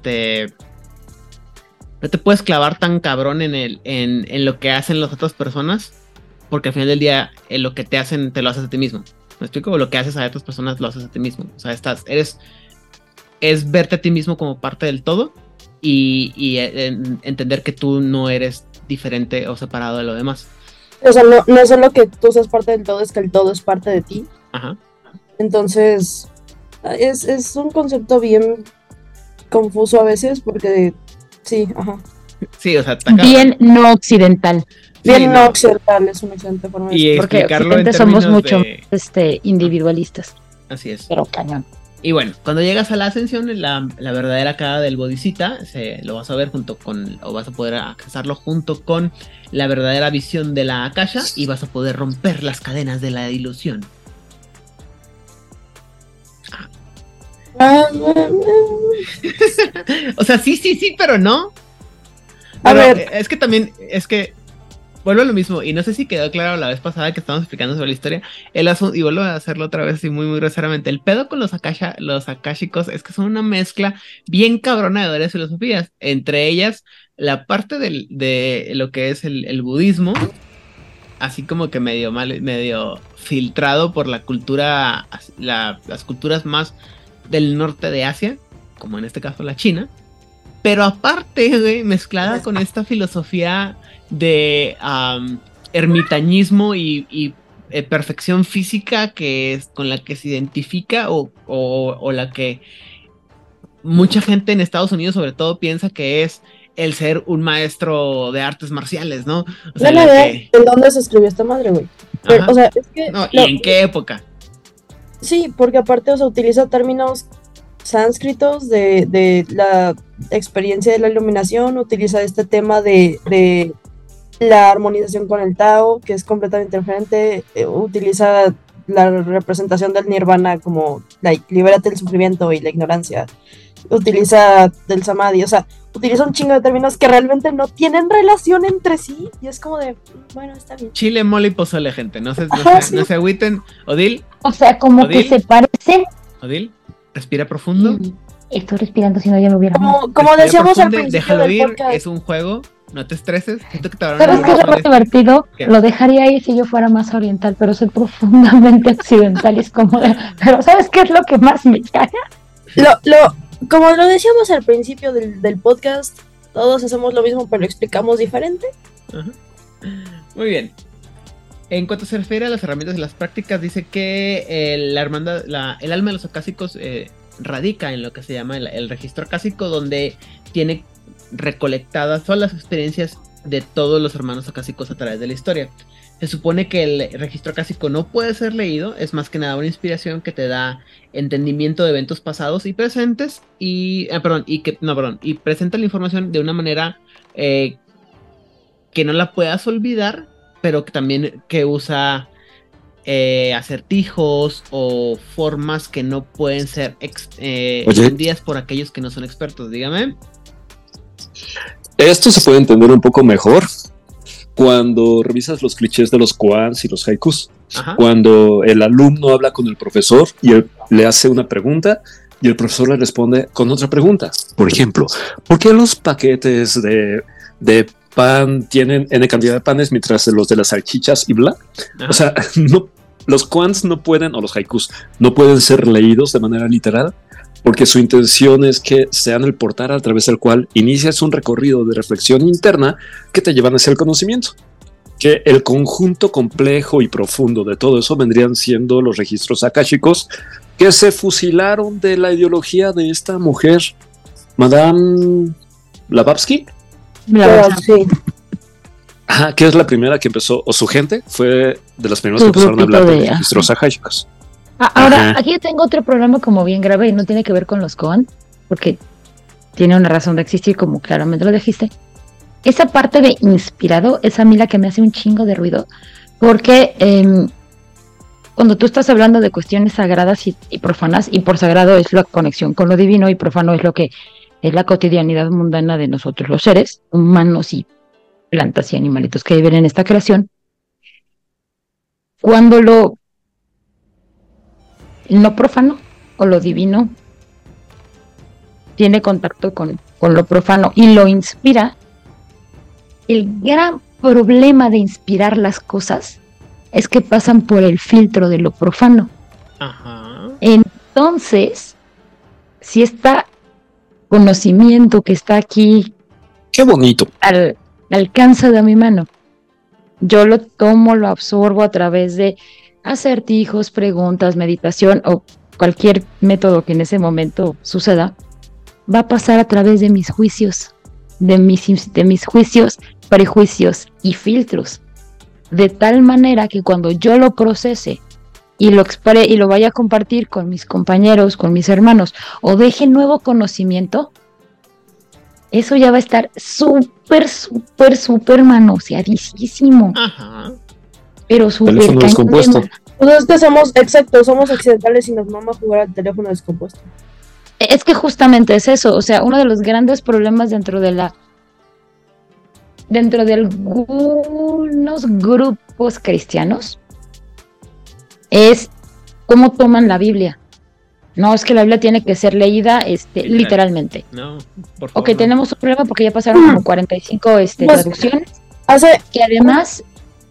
clavar tan cabrón en lo que hacen las otras personas, porque al final del día lo que te hacen te lo haces a ti mismo. ¿Me explico? O lo que haces a otras personas lo haces a ti mismo. O sea, es verte a ti mismo como parte del todo, y entender que tú no eres diferente o separado de lo demás. O sea, no es solo que tú seas parte del todo, es que el todo es parte de ti. Ajá. Entonces, es un concepto bien confuso a veces porque sí, ajá. Sí, o sea, bien no occidental. Bien no occidental, es una excelente forma de decirlo. Porque occidente somos mucho más individualistas. Así es. Pero cañón. Y bueno, cuando llegas a la ascensión, la verdadera cara del Bodhisattva, lo vas a ver o vas a poder accesarlo junto con la verdadera visión de la Akasha y vas a poder romper las cadenas de la ilusión. O sea, sí, pero no. A ver. Es que vuelvo a lo mismo, y no sé si quedó claro la vez pasada que estábamos explicando sobre la historia, y vuelvo a hacerlo otra vez así muy, muy groseramente. El pedo con los akashicos es que son una mezcla bien cabrona de varias filosofías, entre ellas la parte de lo que es el budismo, así como que medio filtrado por la cultura, las culturas más del norte de Asia, como en este caso la China, pero aparte, güey, mezclada con esta filosofía de ermitañismo y perfección física que es con la que se identifica o la que mucha gente en Estados Unidos sobre todo piensa que es el ser un maestro de artes marciales, ¿no? O sea, ¿En dónde se escribió esta madre, güey? O sea, es que... No, ¿y en qué época? Sí, porque aparte, o sea, utiliza términos sánscritos de la experiencia de la iluminación, utiliza este tema de la armonización con el Tao, que es completamente diferente, utiliza la representación del nirvana como libérate del sufrimiento y la ignorancia, utiliza del samadhi, o sea, utiliza un chingo de términos que realmente no tienen relación entre sí, y es como de, bueno, está bien. Chile, mole y pozole, gente, no se agüiten. Odil. O sea, como Odil, que se parecen. Odil, respira profundo. Estoy respirando, si no ya lo hubiera. Como decíamos al principio déjalo del ir, podcast. Es un juego, no te estreses. Siento que te pero es que es muy divertido. ¿Qué? Lo dejaría ir si yo fuera más oriental, pero soy profundamente occidental y es como pero ¿sabes qué es lo que más me caga? Como lo decíamos al principio del podcast, todos hacemos lo mismo, pero lo explicamos diferente. Ajá. Muy bien. En cuanto se refiere a las herramientas y las prácticas, dice que el alma de los acásicos radica en lo que se llama el registro acásico, donde tiene recolectadas todas las experiencias de todos los hermanos acásicos a través de la historia. Se supone que el registro acásico no puede ser leído, es más que nada una inspiración que te da entendimiento de eventos pasados y presentes y presenta la información de una manera que no la puedas olvidar, pero que también que usa acertijos o formas que no pueden ser entendidas por aquellos que no son expertos. Dígame. Esto se puede entender un poco mejor cuando revisas los clichés de los koans y los haikus. Ajá. Cuando el alumno habla con el profesor y él le hace una pregunta y el profesor le responde con otra pregunta. Por ejemplo, ¿por qué los paquetes de pan tienen N cantidad de panes mientras los de las salchichas y bla? Ajá. O sea, no, los koans no pueden, o los haikus, no pueden ser leídos de manera literal, porque su intención es que sean el portal a través del cual inicias un recorrido de reflexión interna que te llevan hacia el conocimiento. Que el conjunto complejo y profundo de todo eso vendrían siendo los registros akáshicos que se fusilaron de la ideología de esta mujer, Madame Blavatsky. Sí. Ajá, que es la primera que empezó, o su gente fue de las primeras que empezaron a hablar de registros akáshicos. Ahora, aquí tengo otro problema como bien grave y no tiene que ver con los koan, porque tiene una razón de existir, como claramente lo dijiste. Esa parte de inspirado es a mí la que me hace un chingo de ruido, porque cuando tú estás hablando de cuestiones sagradas y profanas, y por sagrado es la conexión con lo divino y profano es lo que es la cotidianidad mundana de nosotros los seres humanos y plantas y animalitos que viven en esta creación, cuando lo profano o lo divino tiene contacto con lo profano y lo inspira, el gran problema de inspirar las cosas es que pasan por el filtro de lo profano. Ajá. Entonces, si está conocimiento que está aquí, qué bonito, al alcance de mi mano, yo lo tomo, lo absorbo a través de acertijos, preguntas, meditación o cualquier método que en ese momento suceda, va a pasar a través de mis juicios, de mis juicios, prejuicios y filtros, de tal manera que cuando yo lo procese y lo vaya a compartir con mis compañeros, con mis hermanos, o deje nuevo conocimiento, eso ya va a estar súper manoseadísimo. Ajá. Pero súper teléfono descompuesto. Pues es que somos occidentales y nos vamos a jugar al teléfono descompuesto. Es que justamente es eso, o sea, uno de los grandes problemas dentro de algunos grupos cristianos es cómo toman la Biblia. No, es que la Biblia tiene que ser leída literalmente. No, por favor. Ok, tenemos un problema porque ya pasaron como 45 traducciones. Que además,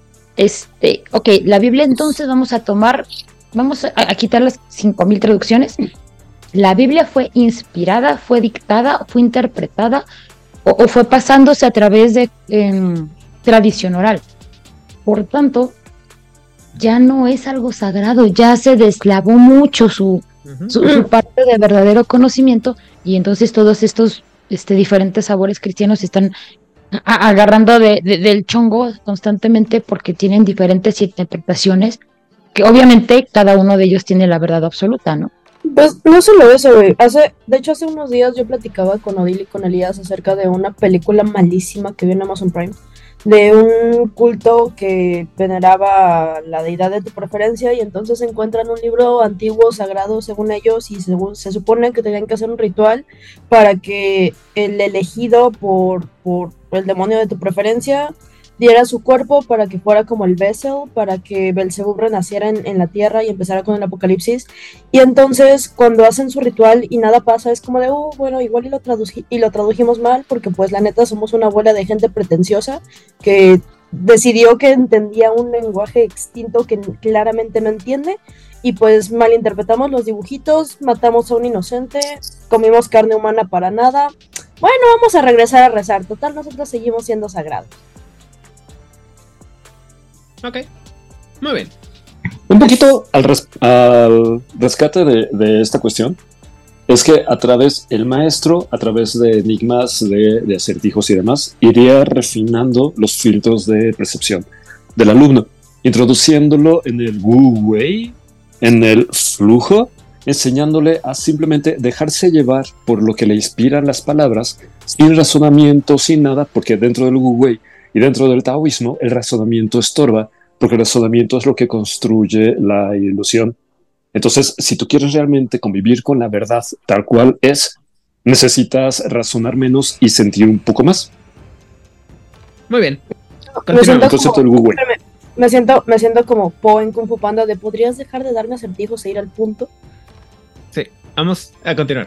la Biblia entonces vamos a quitar las 5,000 traducciones. La Biblia fue inspirada, fue dictada, fue interpretada o fue pasándose a través de tradición oral. Por tanto, ya no es algo sagrado, ya se deslavó mucho su parte de verdadero conocimiento, y entonces todos estos diferentes sabores cristianos están agarrando del chongo constantemente porque tienen diferentes interpretaciones, que obviamente cada uno de ellos tiene la verdad absoluta, ¿no? Pues no solo eso, güey. De hecho, hace unos días yo platicaba con Odil y con Elías acerca de una película malísima que vi en Amazon Prime, de un culto que veneraba la deidad de tu preferencia, y entonces encuentran un libro antiguo, sagrado según ellos, y se supone que tenían que hacer un ritual para que el elegido por el demonio de tu preferencia diera su cuerpo para que fuera como el vessel, para que Belzebub renaciera en la tierra y empezara con el apocalipsis. Y entonces cuando hacen su ritual y nada pasa, es como de, bueno, igual y lo tradujimos mal, porque pues la neta somos una bola de gente pretenciosa que decidió que entendía un lenguaje extinto que claramente no entiende, y pues malinterpretamos los dibujitos, matamos a un inocente, comimos carne humana para nada. Bueno, vamos a regresar a rezar, total, nosotros seguimos siendo sagrados. Ok, muy bien. Un poquito al rescate de esta cuestión, es que el maestro, a través de enigmas, de acertijos y demás, iría refinando los filtros de percepción del alumno, introduciéndolo en el Wu Wei, en el flujo, enseñándole a simplemente dejarse llevar por lo que le inspiran las palabras, sin razonamiento, sin nada, porque dentro del Wu Wei y dentro del taoísmo, el razonamiento estorba, porque el razonamiento es lo que construye la ilusión. Entonces, si tú quieres realmente convivir con la verdad tal cual es, necesitas razonar menos y sentir un poco más. Muy bien. Me siento como Po en Kung Fu Panda de ¿podrías dejar de darme acertijos e ir al punto? Sí, vamos a continuar.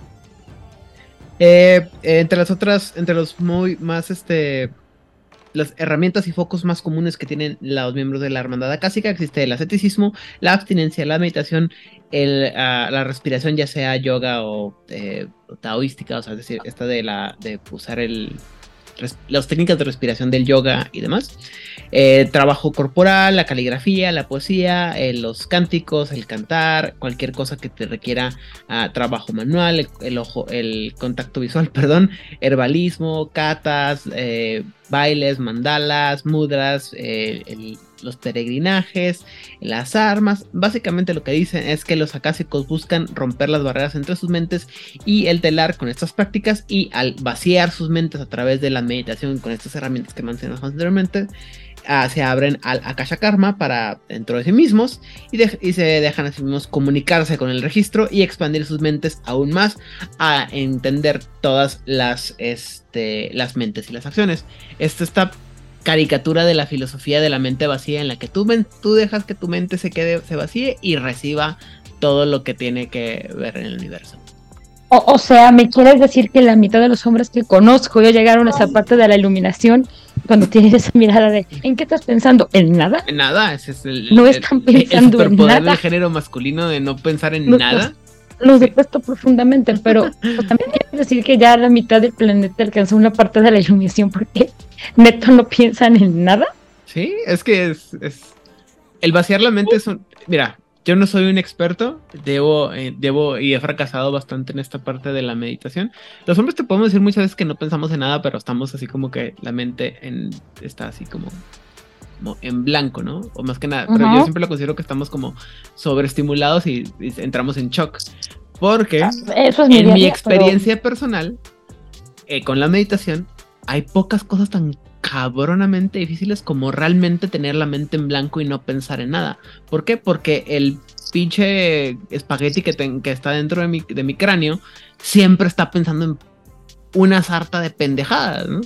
Entre los muy más las herramientas y focos más comunes que tienen los miembros de la hermandad acásica existe el asceticismo, la abstinencia, la meditación, la respiración, ya sea yoga o taoística, o sea, es decir, esta de usar las técnicas de respiración del yoga y demás, trabajo corporal, la caligrafía, la poesía, los cánticos, el cantar, cualquier cosa que te requiera trabajo manual, el contacto visual, herbalismo, katas, bailes, mandalas, mudras, los peregrinajes, las armas. Básicamente lo que dicen es que los acásicos buscan romper las barreras entre sus mentes y el telar con estas prácticas, y al vaciar sus mentes a través de la meditación con estas herramientas que mencionamos anteriormente, se abren al Akasha Karma para dentro de sí mismos y se dejan a sí mismos comunicarse con el registro y expandir sus mentes aún más a entender todas las mentes y las acciones. Esta caricatura de la filosofía de la mente vacía, en la que tú dejas que tu mente se vacíe y reciba todo lo que tiene que ver en el universo. O sea, ¿me quieres decir que la mitad de los hombres que conozco ya llegaron a esa parte de la iluminación cuando tienen esa mirada de ¿en qué estás pensando? ¿En nada? En nada, ese es no están pensando el en nada. del género masculino de no pensar en nada. Los detesto profundamente, pero pues, también quiero decir que ya la mitad del planeta alcanzó una parte de la iluminación porque neto no piensan en nada. Sí, es que es... El vaciar la mente es un... Mira, yo no soy un experto, debo y he fracasado bastante en esta parte de la meditación. Los hombres te podemos decir muchas veces que no pensamos en nada, pero estamos así como que la mente está así como en blanco, ¿no? O más que nada, pero yo siempre lo considero que estamos como sobreestimulados y entramos en shock. Porque eso es en mi experiencia personal, con la meditación, hay pocas cosas tan cabronamente difíciles como realmente tener la mente en blanco y no pensar en nada. ¿Por qué? Porque el pinche espagueti que está dentro de mi cráneo siempre está pensando en una sarta de pendejadas, ¿no?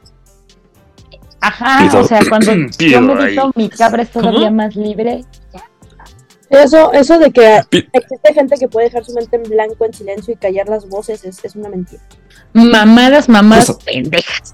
Ajá, o sea, cuando yo medito, mi cabra es todavía más libre. Eso de que existe gente que puede dejar su mente en blanco, en silencio y callar las voces es una mentira. Mamadas pendejas.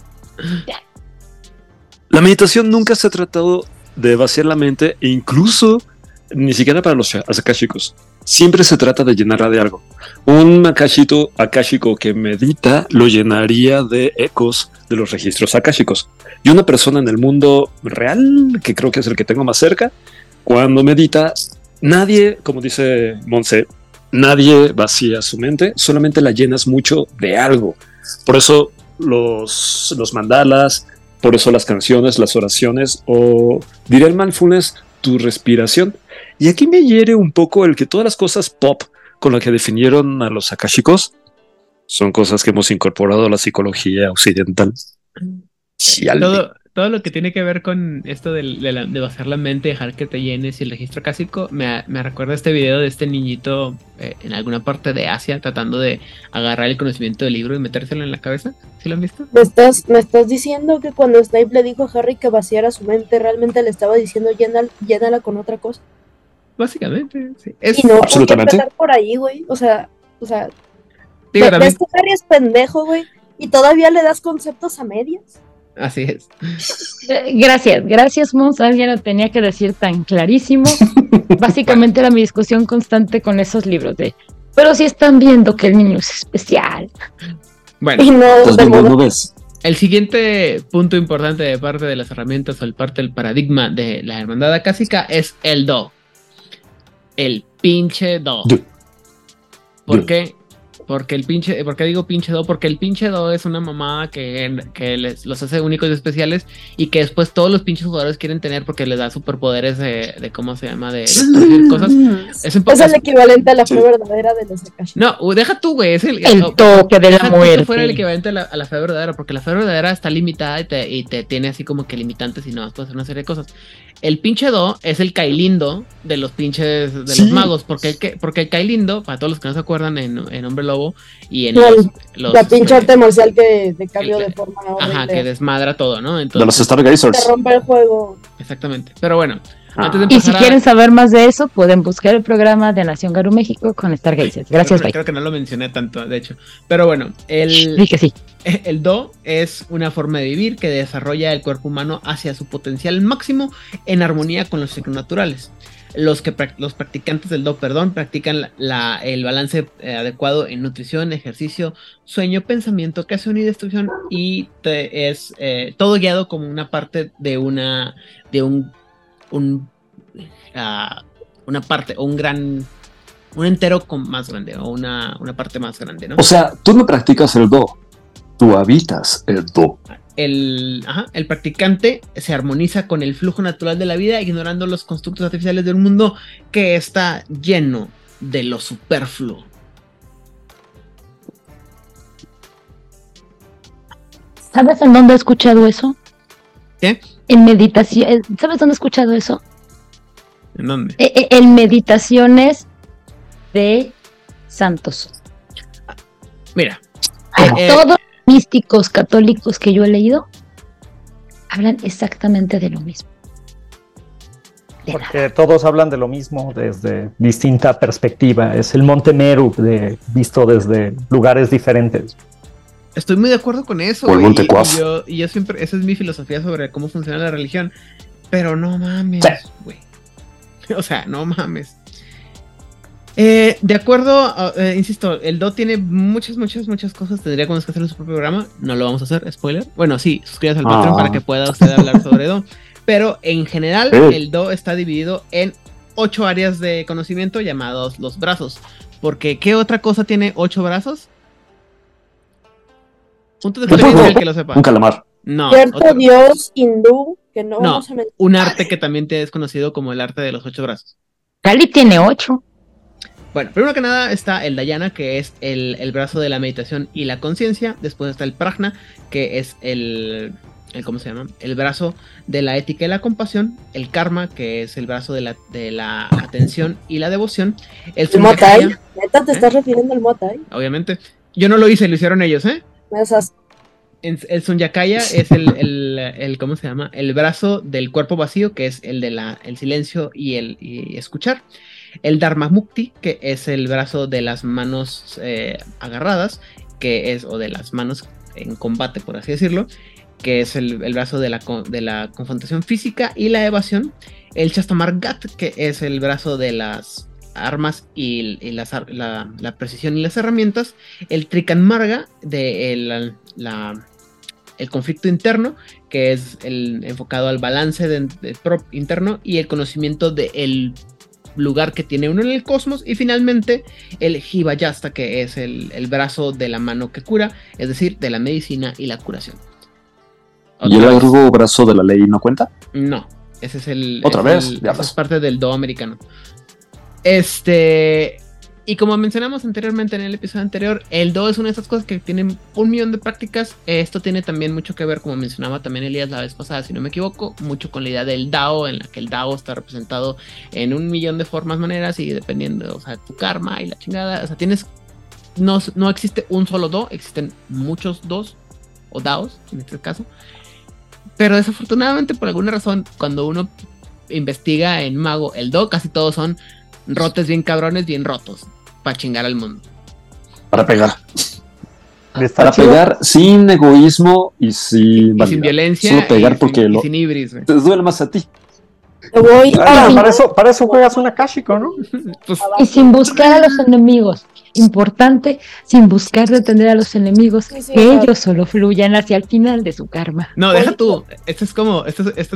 La meditación nunca se ha tratado de vaciar la mente, e incluso ni siquiera para los akáshicos. Siempre se trata de llenarla de algo. Un akáshico que medita lo llenaría de ecos de los registros akáshicos. Y una persona en el mundo real, que creo que es el que tengo más cerca, cuando medita, nadie, como dice Monse, nadie vacía su mente, solamente la llenas mucho de algo. Por eso los mandalas, por eso las canciones, las oraciones, o diré el mindfulness, tu respiración. Y aquí me hiere un poco el que todas las cosas pop con las que definieron a los akáshicos son cosas que hemos incorporado a la psicología occidental. Todo lo que tiene que ver con esto de vaciar la mente, dejar que te llenes y el registro acásico, me recuerda este video de este niñito en alguna parte de Asia tratando de agarrar el conocimiento del libro y metérselo en la cabeza. ¿Sí lo han visto? ¿Me estás diciendo que cuando Snape le dijo a Harry que vaciara su mente, realmente le estaba diciendo llénala con otra cosa? Básicamente, sí. Y no, absolutamente. Empezar por ahí, güey. O sea, digo, ves que Harry es pendejo, güey, y todavía le das conceptos a medias. Así es. Gracias, Mons. Alguien lo tenía que decir tan clarísimo. Básicamente era mi discusión constante con esos libros pero si están viendo que el niño es especial. Bueno, el siguiente punto importante de parte de las herramientas o el parte del paradigma de la hermandad acásica es el Do. El pinche Do. ¿Por qué? ¿Por qué digo pinche Do? Porque el pinche Do es una mamada que los hace únicos y especiales y que después todos los pinches jugadores quieren tener porque les da superpoderes de ¿cómo se llama? De cosas. Es el equivalente a la fe verdadera de los Akashi. No, deja tú, güey. Es el toque de la muerte. Que fuera el equivalente a la fe verdadera, porque la fe verdadera está limitada y te tiene así como que limitantes y no puedes hacer una serie de cosas. El pinche Do es el Kailindo de los pinches de los magos, porque el Kailindo, para todos los que no se acuerdan en Hombre Lobo y en la pinche arte marcial que de cambio de forma horrible. Que desmadra todo, ¿no? Entonces, de los Stargazers. Se rompe el juego. Exactamente. Pero bueno, antes de empezar quieren saber más de eso, pueden buscar el programa de Nación Garú México con Stargazers. Gracias, Creo que no lo mencioné tanto, de hecho. Pero bueno, sí. El Do es una forma de vivir que desarrolla el cuerpo humano hacia su potencial máximo en armonía con los ciclos naturales. Los practicantes del Do, practican el balance adecuado en nutrición, ejercicio, sueño, pensamiento, creación y destrucción, y es todo guiado como una parte de una parte o un entero más grande o una parte más grande, ¿no? O sea, tú no practicas el Do, tú habitas el Do. El practicante se armoniza con el flujo natural de la vida, ignorando los constructos artificiales de un mundo que está lleno de lo superfluo. ¿Sabes en dónde he escuchado eso? ¿Qué? En meditación. ¿Sabes dónde he escuchado eso? ¿En dónde? En meditaciones de santos. Mira. Todos místicos católicos que yo he leído hablan exactamente de lo mismo. Porque todos hablan de lo mismo desde distinta perspectiva. Es el Monte Meru visto desde lugares diferentes. Estoy muy de acuerdo con eso. Y yo siempre, esa es mi filosofía sobre cómo funciona la religión. Pero no mames, güey. O sea, no mames. De acuerdo, insisto, el Do tiene muchas cosas. Tendríamos que hacer en su propio programa. No lo vamos a hacer, spoiler. Bueno, sí, suscríbase al Patreon para que pueda usted hablar sobre Do. Pero en general, el Do está dividido en 8 áreas de conocimiento llamados los brazos. Porque, ¿qué otra cosa tiene 8 brazos? Punto de experiencia el que lo sepa. Un calamar. No. Cierto dios hindú que no vamos a mencionar. Un arte que también te es conocido como el arte de los 8 brazos. Kali tiene 8. Bueno, primero que nada está el Dhyana, que es el brazo de la meditación y la conciencia. Después está el Prajna, que es el ¿cómo se llama? El brazo de la ética y la compasión. El Karma, que es el brazo de la atención y la devoción. El Muay. ¿Neta te estás refiriendo al Muay Thai? Obviamente. Yo no lo hice, lo hicieron ellos, ¿eh? Esas. El Sunyakaya es el ¿cómo se llama? El brazo del cuerpo vacío, que es el de el silencio y escuchar. El Dharma Mukti, que es el brazo de las manos agarradas, o de las manos en combate, por así decirlo, que es el brazo de la confrontación física y la evasión. El Shastamargat, que es el brazo de las armas y la precisión y las herramientas. El Trikanmarga, de el conflicto interno, que es enfocado al balance interno y el conocimiento del lugar que tiene uno en el cosmos. Y finalmente el Hivayasta, que es el brazo de la mano que cura, es decir, de la medicina y la curación. ¿Y el largo brazo de la ley no cuenta? No, ese es esa es parte del Do americano. Y como mencionamos anteriormente en el episodio anterior, el Do es una de esas cosas que tienen 1,000,000 de prácticas. Esto tiene también mucho que ver, como mencionaba también Elías la vez pasada, si no me equivoco, mucho con la idea del Dao, en la que el Dao está representado en 1,000,000 de formas, maneras, y dependiendo, o sea, tu karma y la chingada. O sea, no existe un solo Do, existen muchos Dos, o Daos, en este caso. Pero desafortunadamente, por alguna razón, cuando uno investiga en mago el Do, casi todos son rotes bien cabrones, bien rotos, para chingar al mundo. Para pegar. Para pegar sin egoísmo y sin violencia. Solo pegar porque sin ibris, te duele más a ti. Para eso juegas un Akashico, ¿no? Pues, y sin buscar a los enemigos. Importante, sin buscar detener a los enemigos, que ellos solo fluyan hacia el final de su karma. No, deja tú. Esto es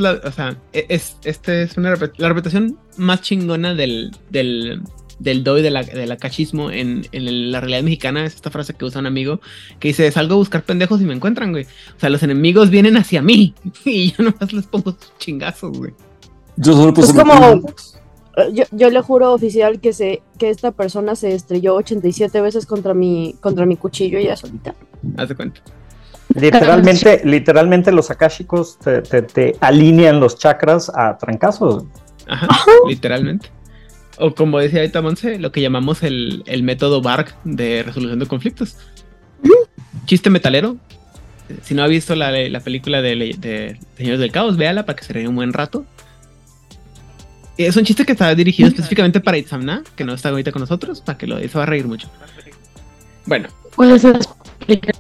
la reputación más chingona del Do y del akashismo en la realidad mexicana. Es esta frase que usa un amigo que dice: salgo a buscar pendejos y me encuentran, güey. O sea, los enemigos vienen hacia mí y yo nomás les pongo chingazos, güey. Yo solo puse yo le juro oficial que esta persona se estrelló 87 veces contra mi cuchillo ella solita. Haz de cuenta. Literalmente los akashicos te alinean los chakras a trancazos. Ajá, literalmente. O como decía ahorita Monse, lo que llamamos el método Bark de resolución de conflictos. Chiste metalero. Si no ha visto la película de Señores del Caos, véala para que se ría un buen rato. Es un chiste que está dirigido específicamente para Itzamna, que no está ahorita con nosotros, para que se va a reír mucho. Bueno. ¿Puedes explicar?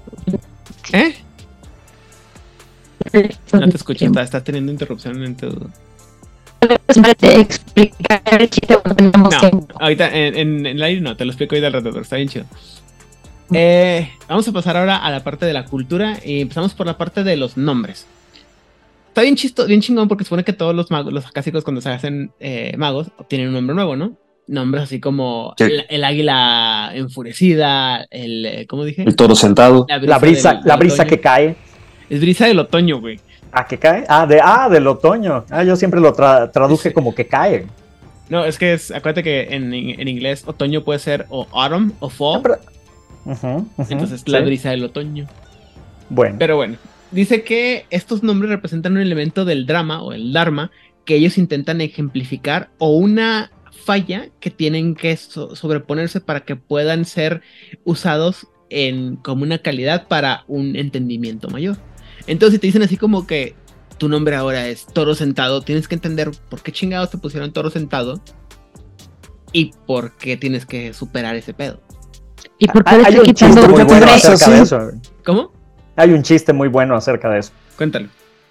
No te escucho, estás teniendo interrupción en tu... explicar el chiste. No, ahorita en el aire no, te lo explico ahorita al rato, pero está bien chido. Vamos a pasar ahora a la parte de la cultura y empezamos por la parte de los nombres. Está bien chingón porque supone que todos los magos, los acásicos, cuando se hacen magos, obtienen un nombre nuevo, ¿no? Nombres así como el águila enfurecida, ¿cómo dije? El toro sentado. La brisa que cae. Es brisa del otoño, güey. ¿Que cae? Del otoño. Yo siempre lo traduje como que cae. No, es que acuérdate que en inglés otoño puede ser o autumn o fall. Entonces la brisa del otoño. Bueno. Pero bueno. Dice que estos nombres representan un elemento del drama o el dharma que ellos intentan ejemplificar o una falla que tienen que sobreponerse para que puedan ser usados como una calidad para un entendimiento mayor. Entonces si te dicen así como que tu nombre ahora es Toro Sentado, tienes que entender por qué chingados te pusieron Toro Sentado y por qué tienes que superar ese pedo. ¿Y por qué le estoy quitando muy bueno acerca de eso? ¿Cómo? Hay un chiste muy bueno acerca de eso. Cuéntalo.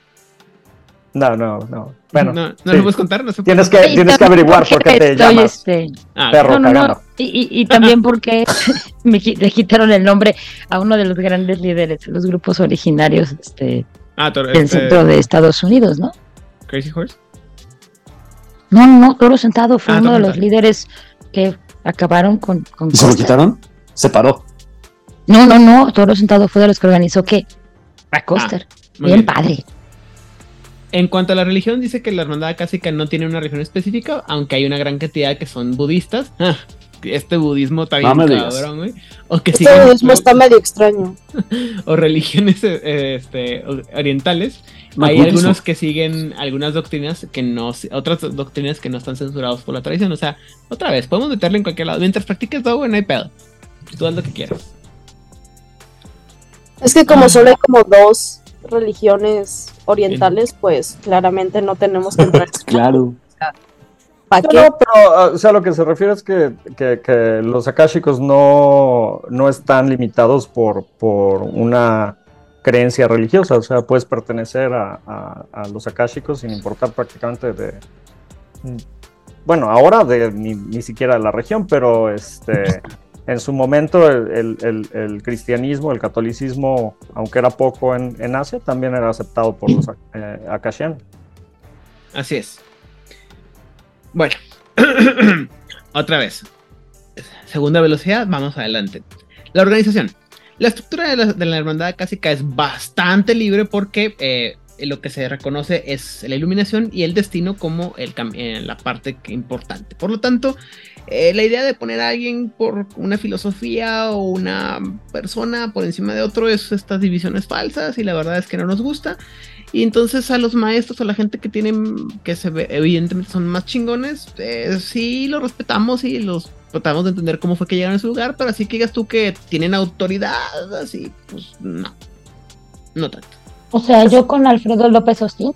No. Bueno, no lo puedes contar. No se puede. Tienes que averiguar por qué te llamas perro cagando. No. Y también porque le quitaron el nombre a uno de los grandes líderes de los grupos originarios del centro de Estados Unidos, ¿no? Crazy Horse. No, Toro Sentado fue uno Toro de los Sentado. líderes que acabaron con ¿Y se lo Costa. quitaron? Se paró. No, Toro Sentado fue de los que organizó que a Coster. Muy Bien bien. padre. En cuanto a la religión, dice que la hermandad acásica no tiene una religión específica, aunque hay una gran cantidad que son budistas. Este budismo está bien No me digas. cabrón, güey. O que Este siguen budismo está medio extraño. o religiones orientales. No, Hay budismo. algunos que siguen algunas doctrinas que no, otras doctrinas que no están censurados por la tradición. O sea, otra vez, podemos meterle en cualquier lado. Mientras practiques todo, güey, no hay pedo. Tú haz lo que quieras. Es que como solo hay como 2 religiones orientales, pues claramente no tenemos que entrar. Claro. ¿Para qué? No, pero, o sea, lo que se refiere es que los akáshicos no están limitados por una creencia religiosa. O sea, puedes pertenecer a los akáshicos sin importar prácticamente bueno, ahora ni siquiera de la región, pero en su momento el cristianismo, el catolicismo, aunque era poco en Asia, también era aceptado por los akashianos. Así es. Bueno, otra vez. Segunda velocidad, vamos adelante. La organización. La estructura de la hermandad acásica es bastante libre porque lo que se reconoce es la iluminación y el destino como la parte importante. Por lo tanto, la idea de poner a alguien por una filosofía o una persona por encima de otro es estas divisiones falsas y la verdad es que no nos gusta. Y entonces a los maestros o a la gente que tienen, que se ve, evidentemente son más chingones, sí los respetamos y los tratamos de entender cómo fue que llegaron a ese lugar, pero así que digas tú que tienen autoridad, así, pues no tanto. O sea, yo con Alfredo López Austin.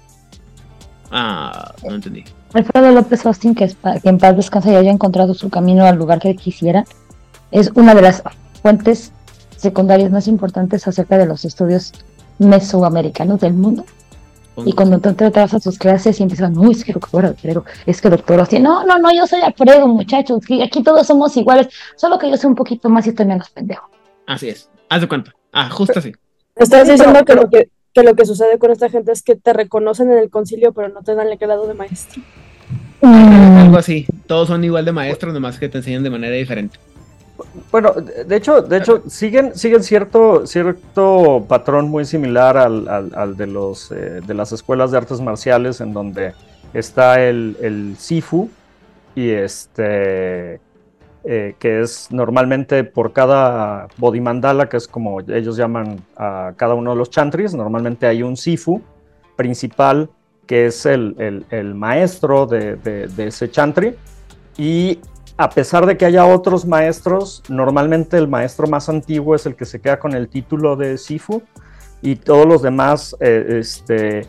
No entendí. Alfredo López Austin, que en paz descanse y haya encontrado su camino al lugar que quisiera, es una de las fuentes secundarias más importantes acerca de los estudios mesoamericanos del mundo. Y cuando tú entras a sus clases y empiezan, no, es que doctor Alfredo, es que doctor Austin, no, yo soy Alfredo, muchachos, que aquí todos somos iguales, solo que yo sé un poquito más y estoy menos pendejo. Así es, haz de cuenta. Justo así. Estás diciendo que lo que sucede con esta gente es que te reconocen en el concilio, pero no te dan el grado de maestro. Algo así, todos son igual de maestros, nomás que te enseñan de manera diferente. Bueno, de hecho siguen cierto patrón muy similar al de las escuelas de artes marciales, en donde está el Sifu y que es normalmente por cada bodhimandala, que es como ellos llaman a cada uno de los chantris, normalmente hay un Sifu principal que es el maestro de ese chantri, y a pesar de que haya otros maestros, normalmente el maestro más antiguo es el que se queda con el título de Sifu, y todos los demás se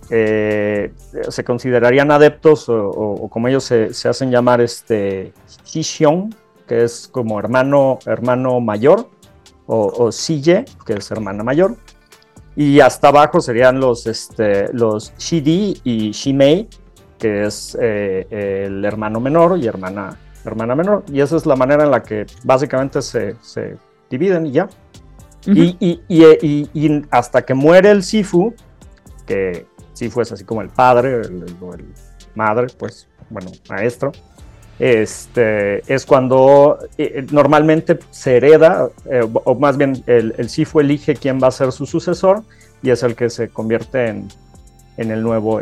considerarían adeptos o como ellos se hacen llamar Shishion, que es como hermano mayor, o Shiye, que es hermana mayor, y hasta abajo serían los Shidi y Shimei, que es el hermano menor y hermana menor, y esa es la manera en la que básicamente se dividen y ya. Uh-huh. Y hasta que muere el Sifu, que Sifu es así como el padre, el madre, pues, bueno, maestro, es cuando normalmente se hereda, o más bien el Sifu elige quién va a ser su sucesor, y es el que se convierte en el nuevo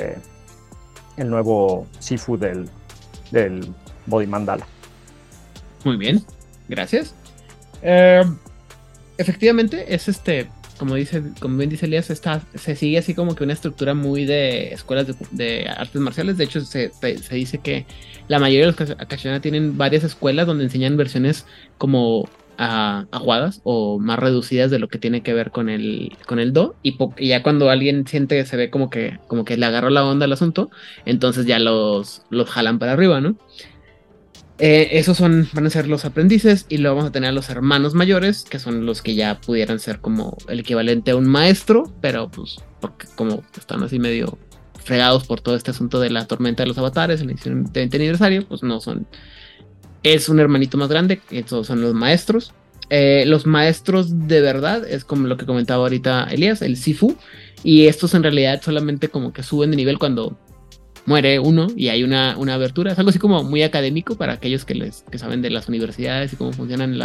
Sifu del Bodhimandala. Muy bien, gracias. Efectivamente, es como bien dice Elías, se sigue así como que una estructura muy de escuelas de artes marciales. De hecho, se dice que la mayoría de los Akashana tienen varias escuelas donde enseñan versiones como aguadas o más reducidas de lo que tiene que ver con el Do, y ya cuando alguien siente que se ve como que le agarró la onda al asunto, entonces ya los jalan para arriba, ¿no? Esos van a ser los aprendices, y luego vamos a tener a los hermanos mayores, que son los que ya pudieran ser como el equivalente a un maestro, pero pues porque como están así medio fregados por todo este asunto de la tormenta de los avatares en el 20 aniversario, pues no son, es un hermanito más grande. Esos son los maestros. Los maestros de verdad es como lo que comentaba ahorita Elías, el Sifu, Y estos en realidad solamente como que suben de nivel cuando muere uno y hay una abertura. Es algo así como muy académico para aquellos que saben de las universidades y cómo funcionan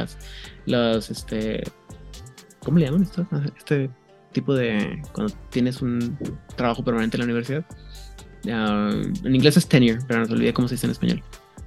¿cómo le llaman esto? Este tipo de cuando tienes un trabajo permanente en la universidad. En inglés es tenure, pero no se olvidé cómo se dice en español.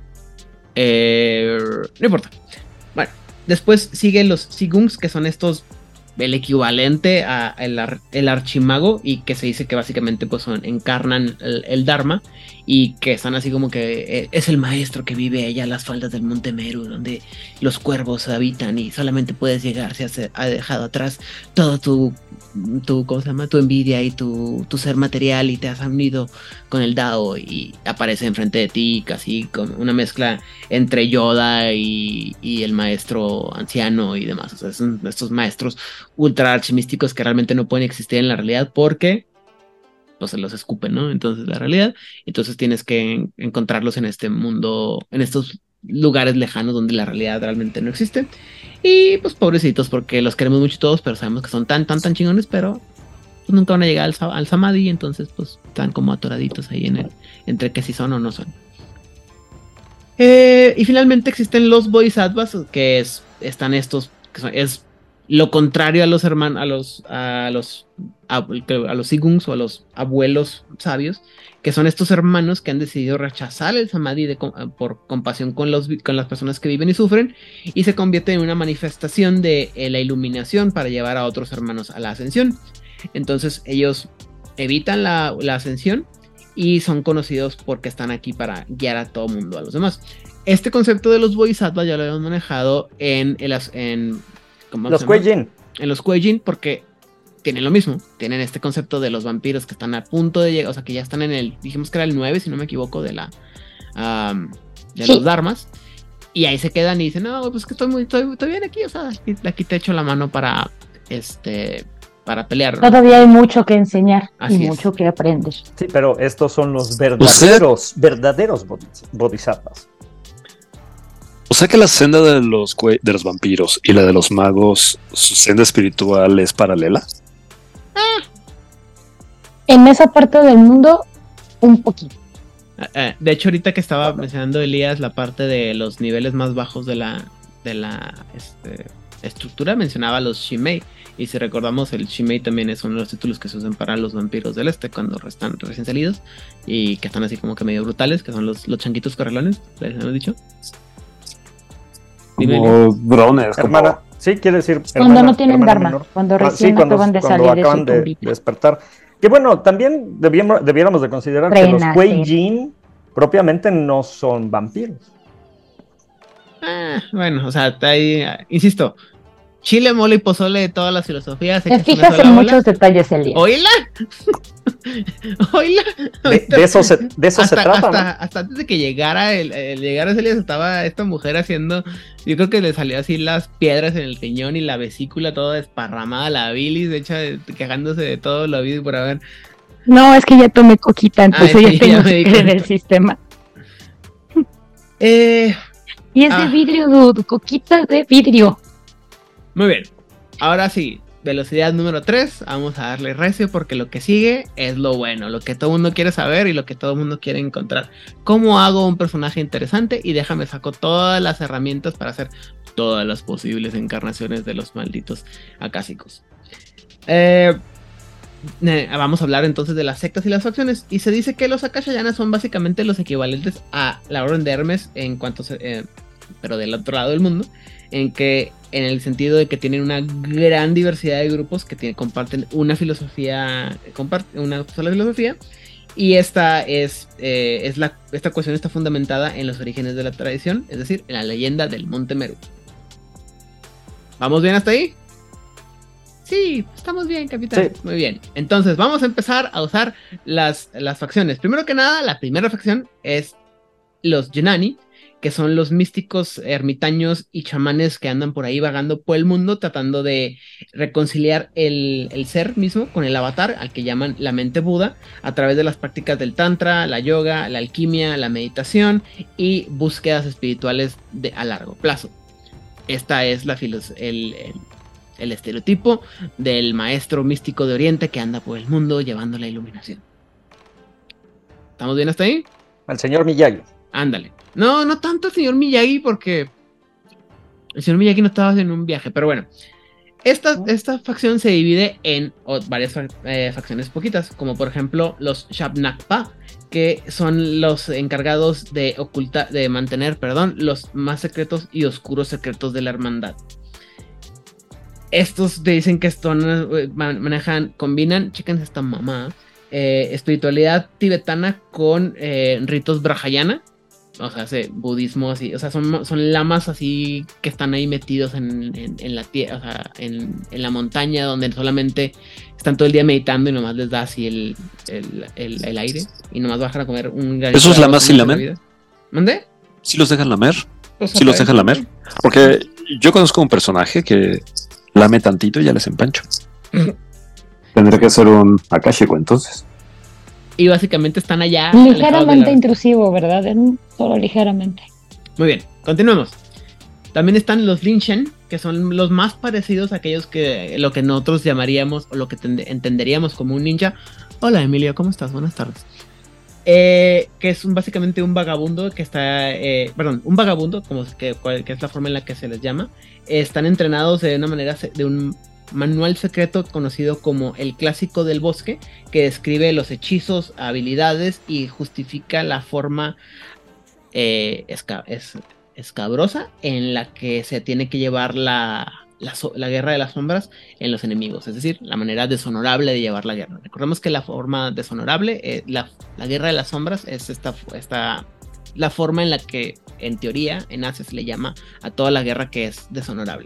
No importa. Bueno, después siguen los Sigungs, que son el equivalente a el archimago, y que se dice que básicamente pues encarnan el Dharma, y que están así como que es el maestro que vive allá a las faldas del Monte Meru, donde los cuervos habitan y solamente puedes llegar si ha dejado atrás todo tu ¿cómo se llama? Tu envidia y tu ser material, y te has unido con el Dao, y aparece enfrente de ti casi con una mezcla entre Yoda y el maestro anciano y demás. O sea, son estos maestros ultra archimísticos que realmente no pueden existir en la realidad porque pues se los escupen, ¿no? Entonces entonces tienes que encontrarlos en este mundo, en estos lugares lejanos donde la realidad realmente no existe. Y pues pobrecitos, porque los queremos mucho todos, pero sabemos que son tan chingones, pero pues nunca van a llegar al Samadhi, entonces pues están como atoraditos ahí entre que si son o no son. Y finalmente existen los Bodhisattvas, que están estos, es lo contrario a los hermanos, a los Sigungs o a los abuelos sabios, que son estos hermanos que han decidido rechazar el Samadhi por compasión con las personas que viven y sufren, y se convierte en una manifestación de la iluminación para llevar a otros hermanos a la ascensión. Entonces ellos evitan la ascensión y son conocidos porque están aquí para guiar a todo mundo, a los demás. Este concepto de los Bodhisattvas ya lo habíamos manejado en los Kuei-Jin. En los Kuei-Jin, porque tienen lo mismo, tienen este concepto de los vampiros que están a punto de llegar, o sea que ya están dijimos que era el 9, si no me equivoco, de los Dharmas, y ahí se quedan y dicen, no, pues que estoy bien aquí, o sea, aquí te echo la mano para pelear, ¿no? Todavía hay mucho que enseñar. Así y es. Mucho que aprender. Sí, pero estos son los verdaderos bodhisattvas. O sea que la senda de los vampiros y la de los magos, su senda espiritual es paralela. En esa parte del mundo, un poquito. De hecho, ahorita que estaba mencionando Elías la parte de los niveles más bajos de la estructura, mencionaba los Shimei. Y si recordamos, el Shimei también es uno de los títulos que se usan para los vampiros del este cuando están recién salidos y que están así como que medio brutales, que son los changuitos correlones, ¿les hemos dicho? Como drones, hermana. Sí, quiere decir cuando no tienen Dharma, cuando recién acaban de salir acaban de despertar. Que bueno, también debiéramos de considerar que los Kuei-Jin propiamente no son vampiros. Bueno, o sea, ahí, insisto, chile, mole y pozole de todas las filosofías. Te fijas en muchos detalles, Elías. ¡Oíla! De eso se trata. Hasta antes de que llegara Elías, estaba esta mujer haciendo, yo creo que le salió así las piedras en el riñón y la vesícula toda desparramada, la bilis, de hecho, quejándose de todo lo habido y por haber. No, es que ya tomé coquita, entonces ya tengo sangre en el sistema. Y es de vidrio, dude, coquita de vidrio. Muy bien, ahora sí, velocidad número 3, vamos a darle recio porque lo que sigue es lo bueno, lo que todo el mundo quiere saber y lo que todo el mundo quiere encontrar. ¿Cómo hago un personaje interesante? Y déjame saco todas las herramientas para hacer todas las posibles encarnaciones de los malditos acásicos. Vamos a hablar entonces de las sectas y las facciones. Y se dice que los Akashayanas son básicamente los equivalentes a la Orden de Hermes en cuanto pero del otro lado del mundo, en el sentido de que tienen una gran diversidad de grupos que comparten una filosofía, una sola filosofía, y esta cuestión está fundamentada en los orígenes de la tradición, es decir, en la leyenda del Monte Meru. ¿Vamos bien hasta ahí? Sí, estamos bien, capitán. Sí. Muy bien. Entonces, vamos a empezar a usar las facciones. Primero que nada, la primera facción es los Yunani, que son los místicos ermitaños y chamanes que andan por ahí vagando por el mundo tratando de reconciliar el ser mismo con el avatar, al que llaman la mente Buda, a través de las prácticas del tantra, la yoga, la alquimia, la meditación y búsquedas espirituales a largo plazo. Esta es el estereotipo del maestro místico de Oriente que anda por el mundo llevando la iluminación. ¿Estamos bien hasta ahí? El señor Miyagi. Ándale. No tanto el señor Miyagi, porque el señor Miyagi no estaba en un viaje, pero bueno. Esta facción se divide en varias facciones poquitas, como por ejemplo los Shabnakpa, que son los encargados de mantener, los más secretos y oscuros secretos de la hermandad. Estos dicen que combinan, chéquense esta mamá, espiritualidad tibetana con ritos brahayana. O sea, budismo así, o sea, son lamas así que están ahí metidos en la tierra, o sea, en la montaña, donde solamente están todo el día meditando y nomás les da así el aire y nomás bajan a comer un gallito. ¿Esos lamas sí lamen? ¿Mande? ¿Sí los dejan lamer? ¿Sí los dejan lamer? Porque yo conozco un personaje que lame tantito y ya les empancho. Tendré que ser un akashico entonces. Y básicamente están allá. Ligeramente intrusivo, ¿verdad? Solo ligeramente. Muy bien, continuemos. También están los Linshen, que son los más parecidos a aquellos que lo que nosotros llamaríamos o lo que entenderíamos como un ninja. Hola Emilio, ¿cómo estás? Buenas tardes. Que es básicamente un vagabundo que está, un vagabundo, que es la forma en la que se les llama. Están entrenados de una manera, de un manual secreto conocido como el Clásico del Bosque, que describe los hechizos, habilidades y justifica la forma escabrosa en la que se tiene que llevar la guerra de las sombras en los enemigos, es decir, la manera deshonorable de llevar la guerra. Recordemos que la forma deshonorable, la guerra de las sombras es la forma en la que en teoría en Asia se le llama a toda la guerra que es deshonorable.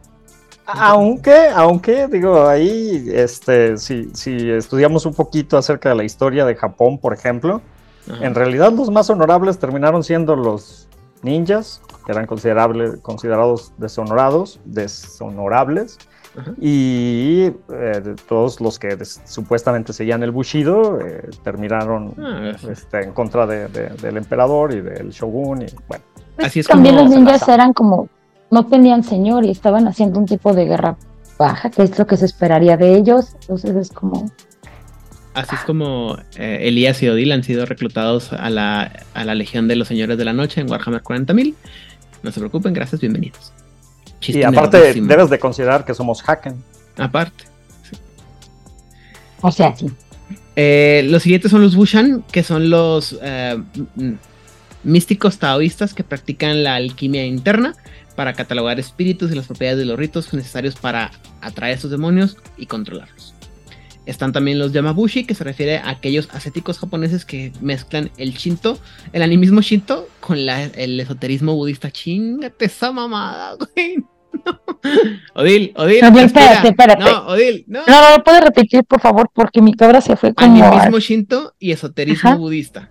Aunque digo, ahí, si estudiamos un poquito acerca de la historia de Japón, por ejemplo, en realidad los más honorables terminaron siendo los ninjas, que eran considerados deshonorables, y todos los que supuestamente seguían el Bushido terminaron en contra del emperador y del shogun, y bueno. Así es. También los ninjas eran como no tenían señor y estaban haciendo un tipo de guerra baja, que es lo que se esperaría de ellos. Entonces es como... Así es como Elías y Odil han sido reclutados a la Legión de los Señores de la Noche en Warhammer 40.000. No se preocupen, gracias, bienvenidos. Chiste y aparte debes de considerar que somos Haken. Aparte. Sí. O sea, sí. Los siguientes son los Wushan, que son los místicos taoístas que practican la alquimia interna para catalogar espíritus y las propiedades de los ritos necesarios para atraer a estos demonios y controlarlos. Están también los Yamabushi, que se refiere a aquellos ascéticos japoneses que mezclan el animismo Shinto con el esoterismo budista. Chíngate esa mamada, güey. No. Odil. No, espérate. No, Odil, no. No, puedes repetir, por favor, porque mi cabra se fue como... Animismo Shinto y esoterismo budista.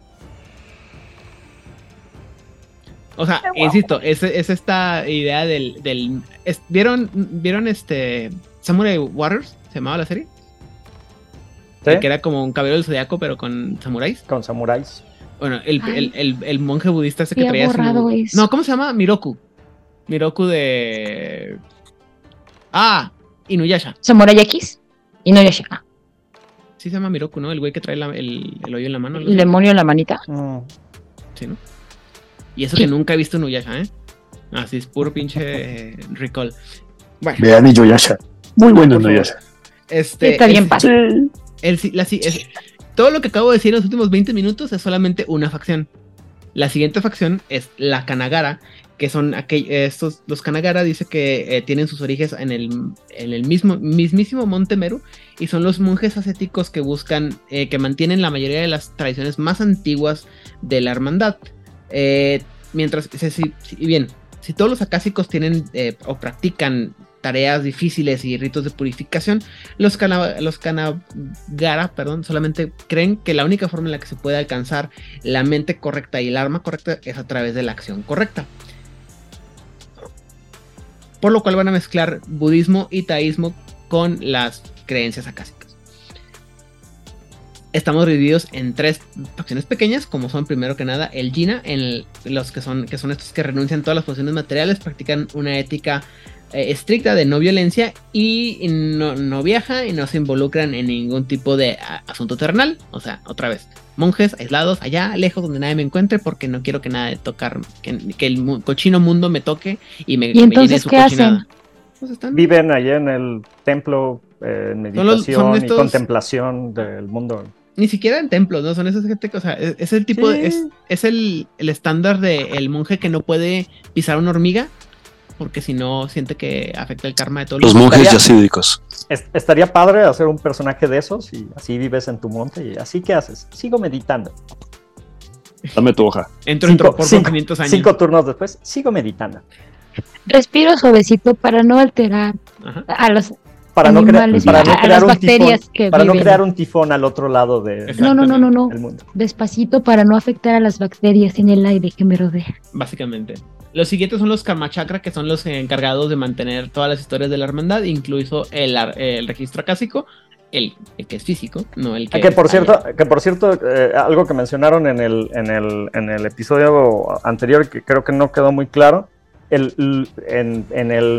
O sea, insisto, es esta idea ¿vieron Samurai Warriors? ¿Se llamaba la serie? ¿Sí? Que era como un caballero del zodiaco, pero con samuráis. Con samuráis. Bueno, el monje budista ese que traía su... No, ¿cómo se llama? Miroku de... Inuyasha. ¿Samurai X? Inuyasha. Sí se llama Miroku, ¿no? El güey que trae el hoyo en la mano. ¿El demonio en la manita? Sí, ¿no? Y eso que nunca he visto Inuyasha, ¿eh? Así es puro pinche recall. Bueno. Vean Inuyasha. Muy bueno Inuyasha. Está bien fácil. Todo lo que acabo de decir en los últimos 20 minutos es solamente una facción. La siguiente facción es la Kanagara, que son los Kanagara dice que tienen sus orígenes en el mismísimo Monte Meru, y son los monjes ascéticos que buscan, que mantienen la mayoría de las tradiciones más antiguas de la hermandad. Si todos los akashicos tienen o practican tareas difíciles y ritos de purificación, los Kanagara, solamente creen que la única forma en la que se puede alcanzar la mente correcta y el arma correcta es a través de la acción correcta. Por lo cual van a mezclar budismo y taoísmo con las creencias akáshicas. Estamos divididos en 3 facciones pequeñas, como son primero que nada el Jina, los que son estos que renuncian a todas las posesiones materiales, practican una ética estricta de no violencia y no viaja y no se involucran en ningún tipo de asunto terrenal. O sea, otra vez, monjes aislados allá lejos donde nadie me encuentre porque no quiero que nada de tocar, que el cochino mundo me toque y me entonces llene su ¿qué cochinada. hacen? Pues Viven allá en el templo, en meditación y contemplación del mundo. Ni siquiera en templos, ¿no? Son esas gente que, o sea, es el tipo, sí. es el estándar del monje que no puede pisar una hormiga, porque si no siente que afecta el karma de todos los monjes yacídicos. Estaría padre hacer un personaje de esos y así vives en tu monte y así, ¿qué haces? Sigo meditando. Dame tu hoja. Entro por 500 años. 5 turnos después, sigo meditando. Respiro suavecito para no alterar a los animales, para no viven. crear un tifón al otro lado del mundo. Despacito para no afectar a las bacterias en el aire que me rodea. Básicamente. Los siguientes son los Karmachakra, que son los encargados de mantener todas las historias de la hermandad, incluso el registro acásico, el que es físico, no el que... Que por cierto, algo que mencionaron en el episodio anterior, que creo que no quedó muy claro, en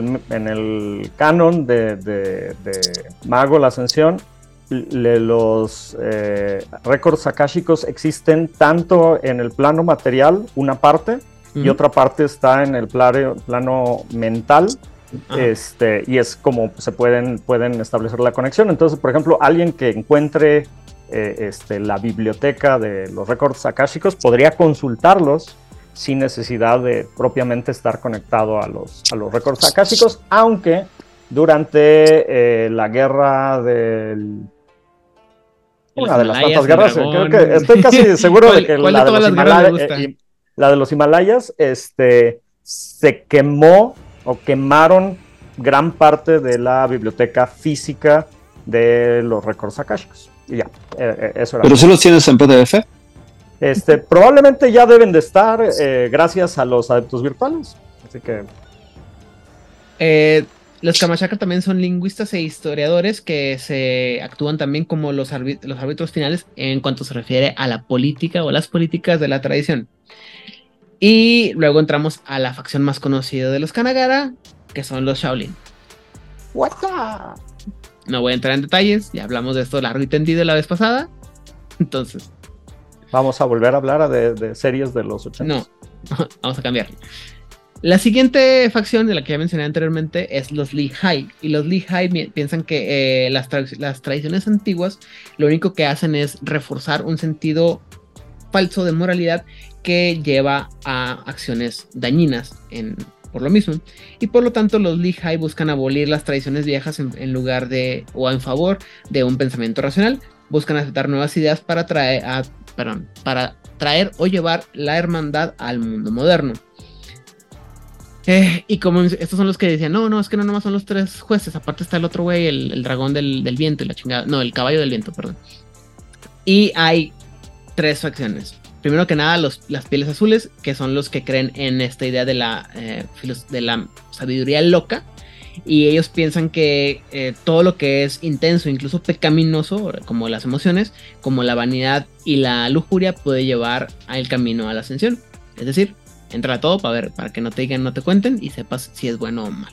el canon de Mago la Ascensión, los récords akáshicos existen tanto en el plano material, una parte, y otra parte está en el plano mental. Y es como se pueden establecer la conexión. Entonces, por ejemplo, alguien que encuentre la biblioteca de los récords akáshicos podría consultarlos sin necesidad de propiamente estar conectado a los récords akáshicos, aunque durante la guerra del... Una de las tantas guerras, creo que estoy casi seguro de que la de los Himalayas se quemó o quemaron gran parte de la biblioteca física de los récords akáshicos. Y ya, eso era. ¿Pero si los tienes en PDF? Probablemente ya deben de estar gracias a los adeptos virtuales. Así que... los Karmachakra también son lingüistas e historiadores que se actúan también como los árbitros finales en cuanto se refiere a la política o las políticas de la tradición. Y luego entramos a la facción más conocida de los Kanagara, que son los Shaolin. No voy a entrar en detalles, ya hablamos de esto largo y tendido la vez pasada. Entonces... ¿Vamos a volver a hablar de series de los 80? No, vamos a cambiar. La siguiente facción de la que ya mencioné anteriormente es los Lehigh. Y los Lehigh piensan que las tradiciones antiguas lo único que hacen es reforzar un sentido falso de moralidad que lleva a acciones dañinas por lo mismo. Y por lo tanto los Lehigh buscan abolir las tradiciones viejas en lugar de o en favor de un pensamiento racional. Buscan aceptar nuevas ideas para traer o llevar la hermandad al mundo moderno. Y como estos son los que decían, no, es que no nomás son los 3 jueces, aparte está el otro güey, el dragón del viento y la chingada, no, el caballo del viento, perdón. Y hay 3 facciones. Primero que nada, las pieles azules, que son los que creen en esta idea de la sabiduría loca. Y ellos piensan que todo lo que es intenso, incluso pecaminoso, como las emociones, como la vanidad y la lujuria, puede llevar al camino a la ascensión. Es decir, entra a todo para que no te digan, no te cuenten y sepas si es bueno o malo.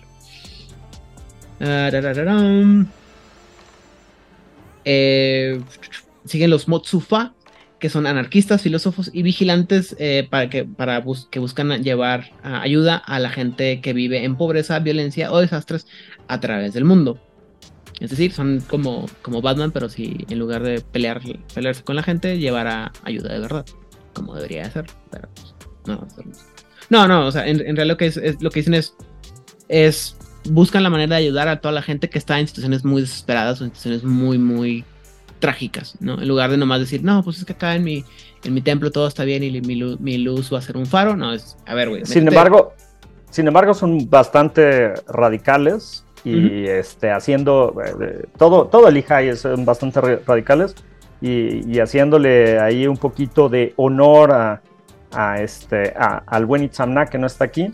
Siguen los Motsufa, que son anarquistas, filósofos y vigilantes que buscan llevar ayuda a la gente que vive en pobreza, violencia o desastres a través del mundo. Es decir, son como Batman, pero si en lugar de pelearse con la gente, llevará ayuda de verdad, como debería ser. Pero no, o sea, en realidad lo que dicen es buscan la manera de ayudar a toda la gente que está en situaciones muy desesperadas o en situaciones muy, muy trágicas, ¿no? En lugar de nomás decir, no, pues es que acá en mi templo todo está bien y mi luz va a ser un faro. No, a ver, güey. Sin embargo, son bastante radicales y haciendo todo el Lehigh son bastante radicales y haciéndole ahí un poquito de honor al buen Itzamna, que no está aquí.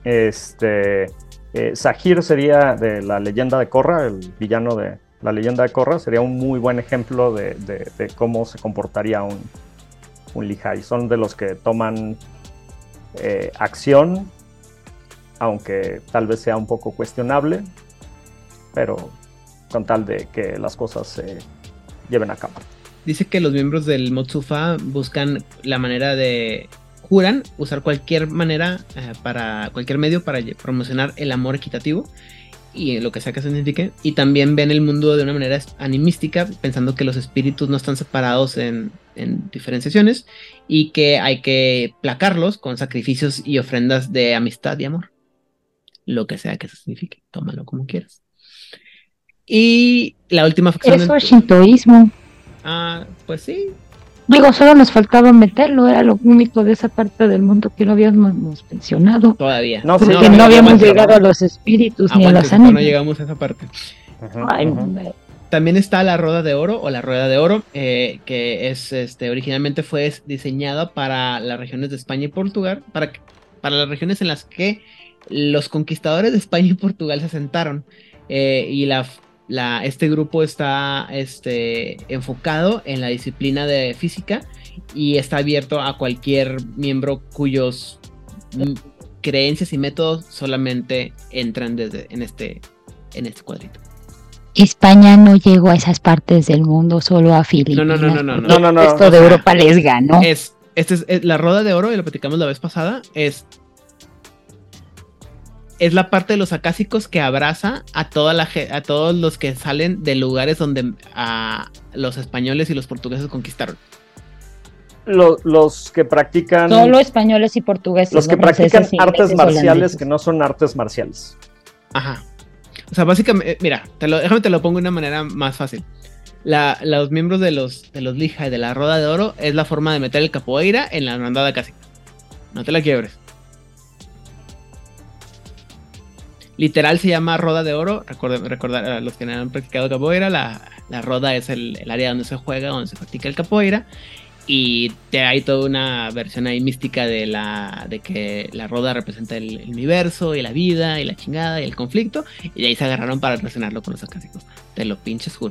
Sahir sería de la leyenda de Korra, el villano de la leyenda de Korra, sería un muy buen ejemplo de cómo se comportaría un Lehigh. Son de los que toman acción aunque tal vez sea un poco cuestionable, pero con tal de que las cosas se lleven a cabo. Dice que los miembros del Motsufa buscan la manera juran usar cualquier manera cualquier medio para promocionar el amor equitativo y lo que sea que signifique, y también ven el mundo de una manera animística, pensando que los espíritus no están separados en diferenciaciones y que hay que placarlos con sacrificios y ofrendas de amistad y amor, lo que sea que eso signifique, tómalo como quieras. Y la última facción... Eso es shintoísmo. Pues sí. Digo, solo nos faltaba meterlo, era lo único de esa parte del mundo que no habíamos mencionado. Todavía. Porque no habíamos llegado a los espíritus ni a los animes. No llegamos a esa parte. Ay, también está la Roda de Oro o la Rueda de Oro, que es originalmente fue diseñada para las regiones de España y Portugal, para las regiones en las que los conquistadores de España y Portugal se asentaron. Y este grupo está enfocado en la disciplina de física y está abierto a cualquier miembro cuyos creencias y métodos solamente entran en este cuadrito. España no llegó a esas partes del mundo, solo a Filipinas. No. Esto de Europa les ganó. Es la Roda de Oro, y lo platicamos la vez pasada, es la parte de los acásicos que abraza a todos los que salen de lugares donde los españoles y los portugueses conquistaron. Los que practican... Solo españoles y portugueses. Los que practican artes marciales que no son artes marciales. Ajá. O sea, básicamente, mira, déjame te lo pongo de una manera más fácil. Los miembros de los Lija y de la Roda de Oro es la forma de meter el capoeira en la hermandad acásica. No te la quiebres. Literal se llama Roda de Oro. Recordar a los que no han practicado capoeira, la roda es el área donde se juega, donde se practica el capoeira. Y hay toda una versión ahí mística de que la roda representa el universo y la vida y la chingada y el conflicto. Y de ahí se agarraron para relacionarlo con los acásicos. Te lo pinches juro.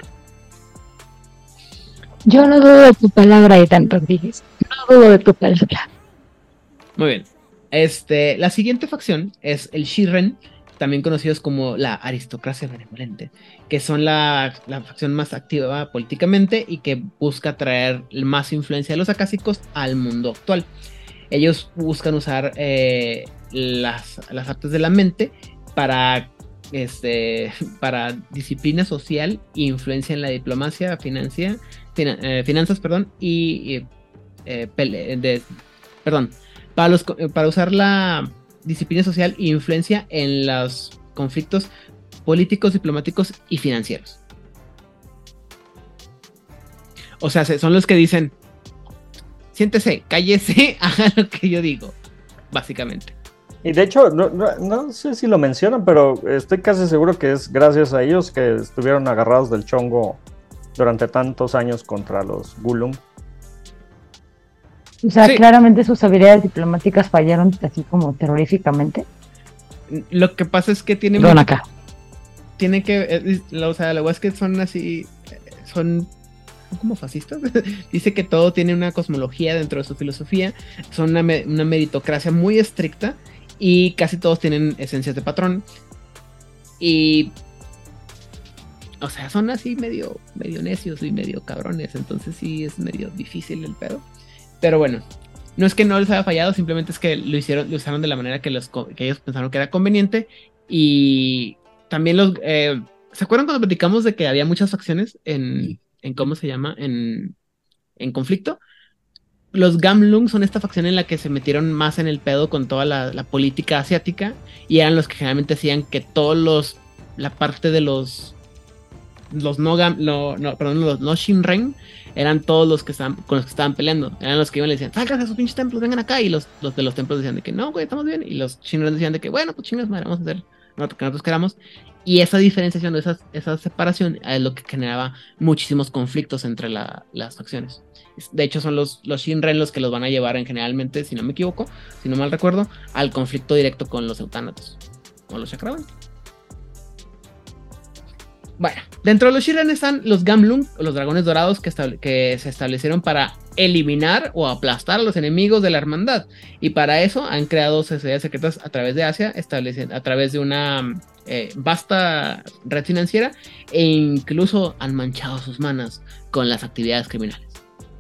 Yo no dudo de tu palabra, y tanto dices. No dudo de tu palabra. Muy bien. La siguiente facción es el Shiren, también conocidos como la aristocracia benevolente, que son la facción más activa políticamente y que busca traer más influencia de los acásicos al mundo actual. Ellos buscan usar las artes de la mente para disciplina social e influencia en la diplomacia, finanzas, para usar la disciplina social e influencia en los conflictos políticos, diplomáticos y financieros. O sea, son los que dicen: siéntese, cállese, haga lo que yo digo, básicamente. Y de hecho, no sé si lo mencionan, pero estoy casi seguro que es gracias a ellos que estuvieron agarrados del chongo durante tantos años contra los Gulum. O sea, sí. Claramente sus habilidades diplomáticas fallaron así como terroríficamente. Lo que pasa es que tiene la verdad es que son así, son como fascistas. Dice que todo tiene una cosmología dentro de su filosofía, son una meritocracia muy estricta y casi todos tienen esencias de patrón. Y o sea, son así medio necios y medio cabrones, entonces sí es medio difícil el pedo. Pero bueno, no es que no les haya fallado, simplemente es que lo usaron de la manera que ellos pensaron que era conveniente. Y también ¿se acuerdan cuando platicamos de que había muchas facciones en ¿cómo se llama? En conflicto? Los Gamlung son esta facción en la que se metieron más en el pedo con toda la política asiática, y eran los que generalmente hacían que la parte de los no Shinren eran todos los que con los que estaban peleando. Eran los que iban y le decían: salgan de sus pinches templos, vengan acá. Y los de los templos decían de que no, güey, estamos bien. Y los Shinren decían de que bueno, pues chingas madre, vamos a hacer lo que nosotros queramos. Y esa diferenciación, esa separación es lo que generaba muchísimos conflictos entre las facciones. De hecho, son los Shinren los que los van a llevar generalmente, si no me equivoco, si no mal recuerdo, al conflicto directo con los Eutánatos o los Chakrabarti. Bueno, dentro de los Shiren están los Gamlung, los dragones dorados que se establecieron para eliminar o aplastar a los enemigos de la hermandad. Y para eso han creado sociedades secretas a través de Asia, a través de una vasta red financiera, e incluso han manchado sus manos con las actividades criminales.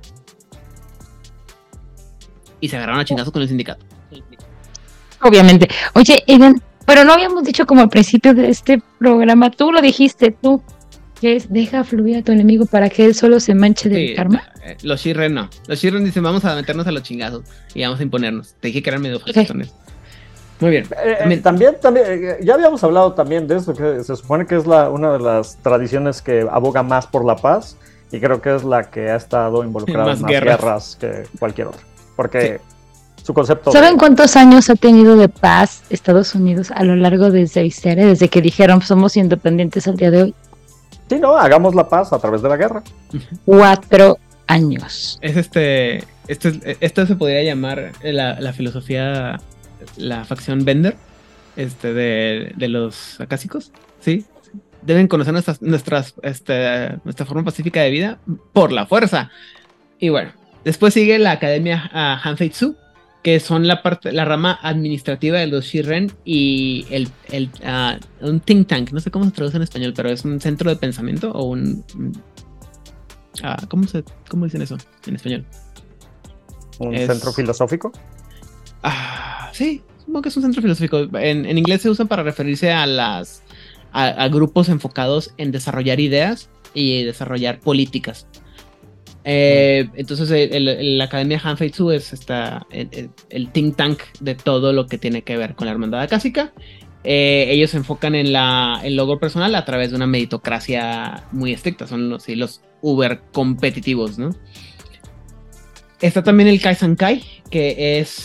Y se agarraron a chingazos con el sindicato. Obviamente. Oye, Eden, pero no habíamos dicho como al principio de este programa, tú lo dijiste, que es deja fluir a tu enemigo para que él solo se manche del karma. Los Shirren no. Los Shirren dicen vamos a meternos a los chingazos y vamos a imponernos. Te dije que eran medio fascistones. Muy bien. También, ya habíamos hablado también de eso, que se supone que es una de las tradiciones que aboga más por la paz, y creo que es la que ha estado involucrada en más guerras que cualquier otra. Porque su concepto... ¿Saben cuántos años ha tenido de paz Estados Unidos a lo largo de esa historia, desde que dijeron somos independientes al día de hoy? Sí, no, hagamos la paz a través de la guerra. 4 años. Esto se podría llamar la filosofía, la facción Bender, de los acásicos, ¿sí? Deben conocer nuestra forma pacífica de vida por la fuerza. Y bueno, después sigue la Academia Hanfei-Tsu, que son la rama administrativa de los Shirren, y un think tank, no sé cómo se traduce en español, pero es un centro de pensamiento o ¿cómo dicen eso en español? ¿Un centro filosófico? Sí, supongo que es un centro filosófico. En inglés se usan para referirse a grupos enfocados en desarrollar ideas y desarrollar políticas. Entonces la Academia Hanfei-Tsu es el think tank de todo lo que tiene que ver con la hermandad acásica. Ellos se enfocan en el logro personal a través de una meritocracia muy estricta. Son los uber competitivos, ¿no? Está también el Kaizen-Kai, que es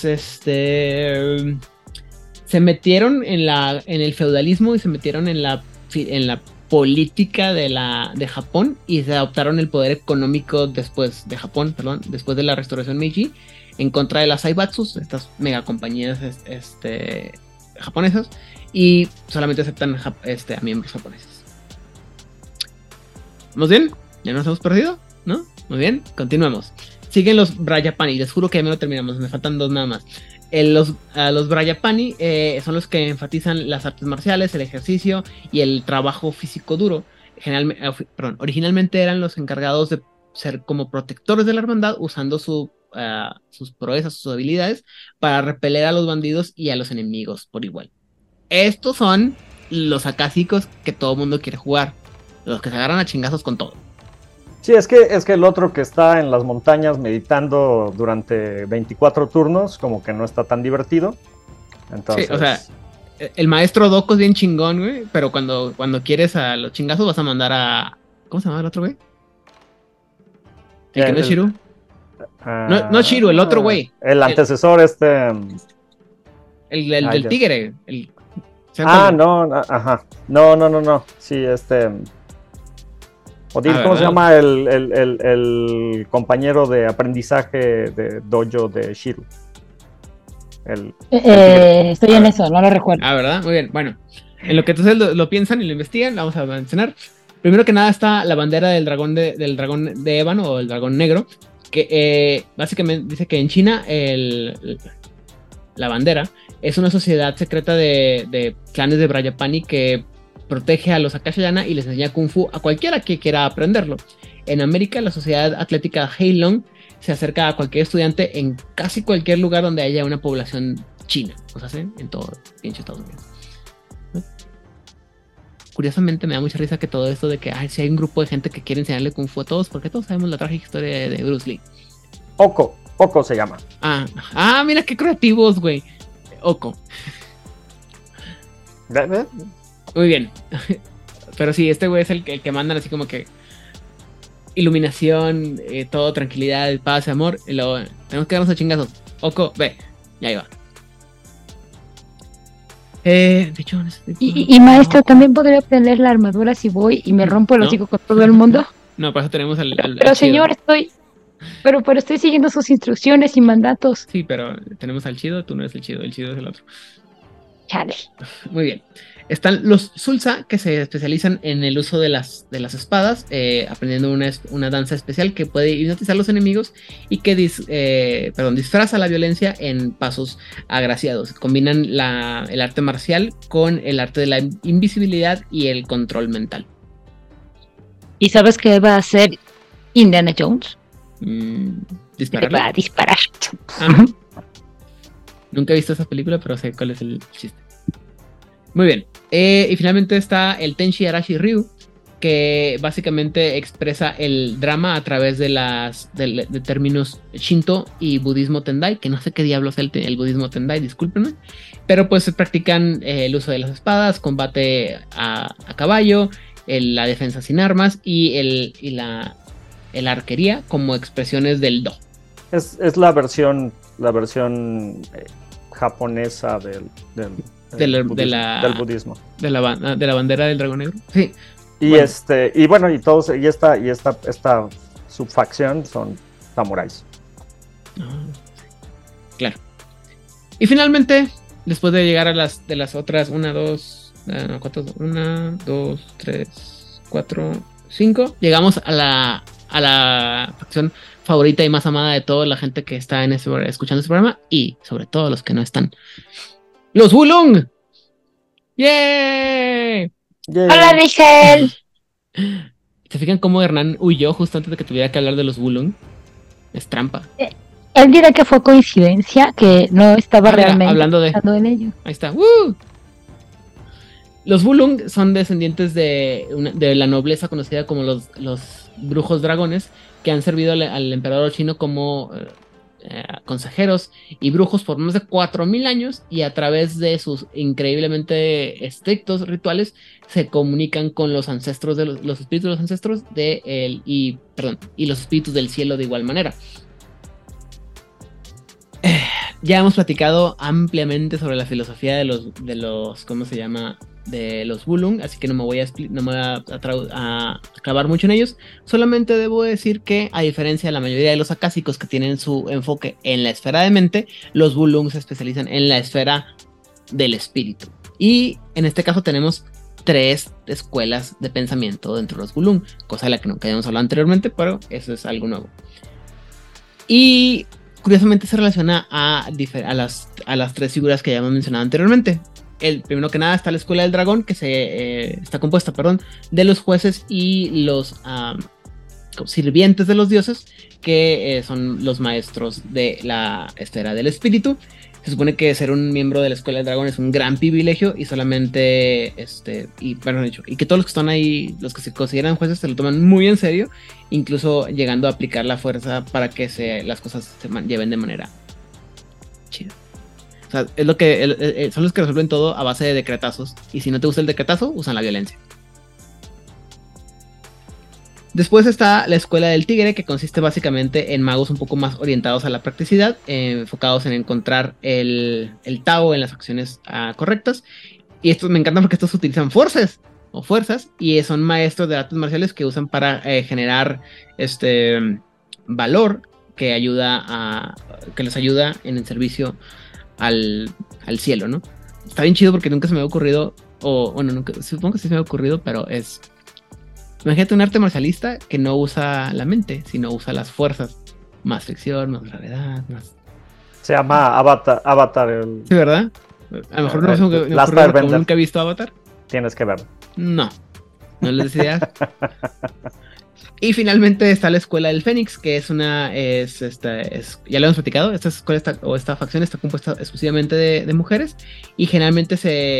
se metieron en el feudalismo y se metieron en la política de Japón, y se adoptaron el poder económico después de la restauración Meiji, en contra de las Zaibatsus, estas mega compañías japonesas, y solamente aceptan a miembros japoneses. ¿Vamos bien? ¿Ya nos hemos perdido? ¿No? Muy bien, continuemos. Siguen los Brayapani, les juro que ya me lo terminamos, me faltan 2 nada más. Los Brayapani son los que enfatizan las artes marciales, el ejercicio y el trabajo físico duro. Originalmente eran los encargados de ser como protectores de la hermandad, usando sus proezas, sus habilidades, para repeler a los bandidos y a los enemigos por igual. Estos son los acásicos que todo mundo quiere jugar, los que se agarran a chingazos con todo. Sí, es que el otro que está en las montañas meditando durante 24 turnos, como que no está tan divertido. Entonces... Sí, o sea, el maestro Doko es bien chingón, güey, pero cuando quieres a los chingazos vas a mandar a... ¿Cómo se llama el otro güey? ¿El que no es Shiru? No es Shiru, el otro güey. El antecesor, El del tigre. No. Sí, Odín, ¿cómo se llama el compañero de aprendizaje de dojo de Shiru? Estoy en eso, no lo recuerdo. ¿Verdad? Muy bien. Bueno, en lo que entonces lo piensan y lo investigan, vamos a mencionar. Primero que nada está la bandera del dragón de ébano, o el dragón negro, que básicamente dice que en China la bandera es una sociedad secreta de clanes de Brayapani que protege a los Akashayana y les enseña Kung Fu a cualquiera que quiera aprenderlo. En América, la sociedad atlética Heilong se acerca a cualquier estudiante en casi cualquier lugar donde haya una población china. O sea, ¿sí? En todo pinche Estados Unidos. ¿No? Curiosamente me da mucha risa que todo esto de que si hay un grupo de gente que quiere enseñarle Kung Fu a todos, porque todos sabemos la trágica historia de Bruce Lee. Oko se llama. Mira qué creativos, güey. Oko. Muy bien. Pero sí, este güey es el que mandan así como que iluminación, todo, tranquilidad, paz, amor. Y luego tenemos que darnos a chingazos. Oko, ve, ya iba. De hecho, y maestro, ¿también podría obtener la armadura si voy y me rompo el hocico con todo el mundo? No, para eso tenemos Pero señor, Pero estoy siguiendo sus instrucciones y mandatos. Sí, pero tenemos al chido, tú no eres el chido es el otro. Chale. Muy bien. Están los Sulsa, que se especializan en el uso de las espadas, aprendiendo una danza especial que puede hipnotizar a los enemigos y que disfraza la violencia en pasos agraciados. Combinan el arte marcial con el arte de la invisibilidad y el control mental. ¿Y sabes qué va a hacer Indiana Jones? Disparar. Va a disparar. Nunca he visto esa película, pero sé cuál es el chiste. Muy bien. Y finalmente está el Tenshi Arashi Ryu, que básicamente expresa el drama a través de términos Shinto y budismo Tendai, que no sé qué diablos es el budismo Tendai, discúlpenme, pero pues se practican el uso de las espadas, combate a caballo, la defensa sin armas y la arquería como expresiones del Do. Es la versión japonesa del budismo. De la bandera del dragón negro. Sí. Y bueno. y esta subfacción son samuráis. Claro. Y finalmente, después de llegar a las otras 1, 2, 3, 4, 5, llegamos a la facción favorita y más amada de toda la gente que está escuchando este programa y sobre todo los que no están. ¡Los Wulong! ¡Yay! ¡Hola, Rigel! ¿Se fijan cómo Hernán huyó justo antes de que tuviera que hablar de los Wulong? Es trampa. Él dirá que fue coincidencia, que no estaba realmente hablando en ello. Ahí está. ¡Woo! Los Wulong son descendientes de la nobleza conocida como los brujos dragones, que han servido al emperador chino como consejeros y brujos por más de 4,000 años, y a través de sus increíblemente estrictos rituales se comunican con los ancestros los espíritus de los ancestros y los espíritus del cielo de igual manera. Ya hemos platicado ampliamente sobre la filosofía de los ¿cómo se llama? De los Wulong, así que no me voy a clavar mucho en ellos. Solamente debo decir que, a diferencia de la mayoría de los acásicos que tienen su enfoque en la esfera de mente, los Wulong se especializan en la esfera del espíritu. Y en este caso tenemos 3 escuelas de pensamiento dentro de los Wulong, cosa de la que nunca habíamos hablado anteriormente, pero eso es algo nuevo. Y curiosamente se relaciona a las 3 figuras que ya hemos mencionado anteriormente. Primero que nada está la escuela del dragón, que está compuesta, de los jueces y los sirvientes de los dioses, que son los maestros de la esfera del espíritu. Se supone que ser un miembro de la escuela del dragón es un gran privilegio y solamente, y que todos los que están ahí, los que se consideran jueces, se lo toman muy en serio, incluso llegando a aplicar la fuerza para que las cosas se lleven de manera chida. O sea, es lo que son los que resuelven todo a base de decretazos, y si no te gusta el decretazo, usan la violencia. Después está la escuela del tigre, que consiste básicamente en magos un poco más orientados a la practicidad, enfocados en encontrar el Tao en las acciones correctas. Y estos me encantan porque estos utilizan fuerzas, y son maestros de artes marciales que usan para generar valor que les ayuda en el servicio al cielo, ¿no? Está bien chido porque nunca se me había ocurrido, supongo que sí se me había ocurrido, pero imagínate un arte marcialista que no usa la mente, sino usa las fuerzas. Más fricción, más gravedad, más... Se llama Avatar. Sí, ¿verdad? A lo mejor no se me ocurrió porque nunca he visto Avatar. Tienes que verlo. No les decía. Y finalmente está la escuela del Fénix, que ya lo hemos platicado. Esta escuela esta facción está compuesta exclusivamente de mujeres, y generalmente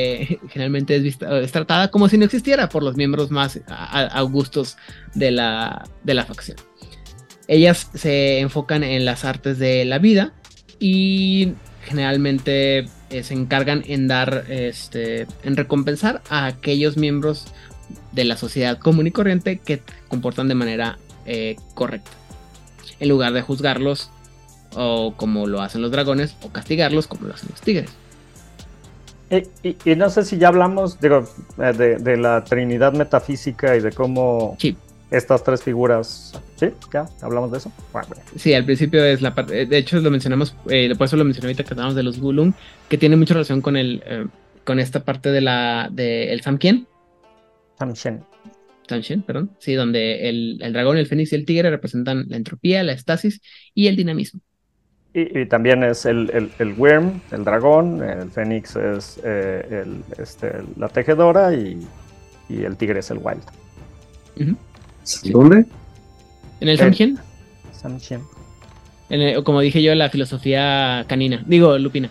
es tratada como si no existiera por los miembros más augustos de la facción. Ellas se enfocan en las artes de la vida y generalmente se encargan en en recompensar a aquellos miembros de la sociedad común y corriente que comportan de manera correcta, en lugar de juzgarlos o como lo hacen los dragones, o castigarlos como lo hacen los tigres. Y no sé si ya hablamos de la trinidad metafísica y de cómo estas 3 figuras... ¿Sí? ¿Ya hablamos de eso? Bueno. Sí, al principio es la parte... De hecho lo mencionamos, por eso lo mencioné ahorita que hablamos de los Wulong, que tiene mucha relación con con esta parte de el Samkien. Samshen, perdón. Sí, donde el dragón, el fénix y el tigre representan la entropía, la estasis y el dinamismo. Y también es el Wyrm, el dragón, el fénix es la tejedora y el tigre es el wild. Uh-huh. ¿Dónde? En el Samshen. Samshen. Como dije yo, la filosofía canina. Digo, lupina.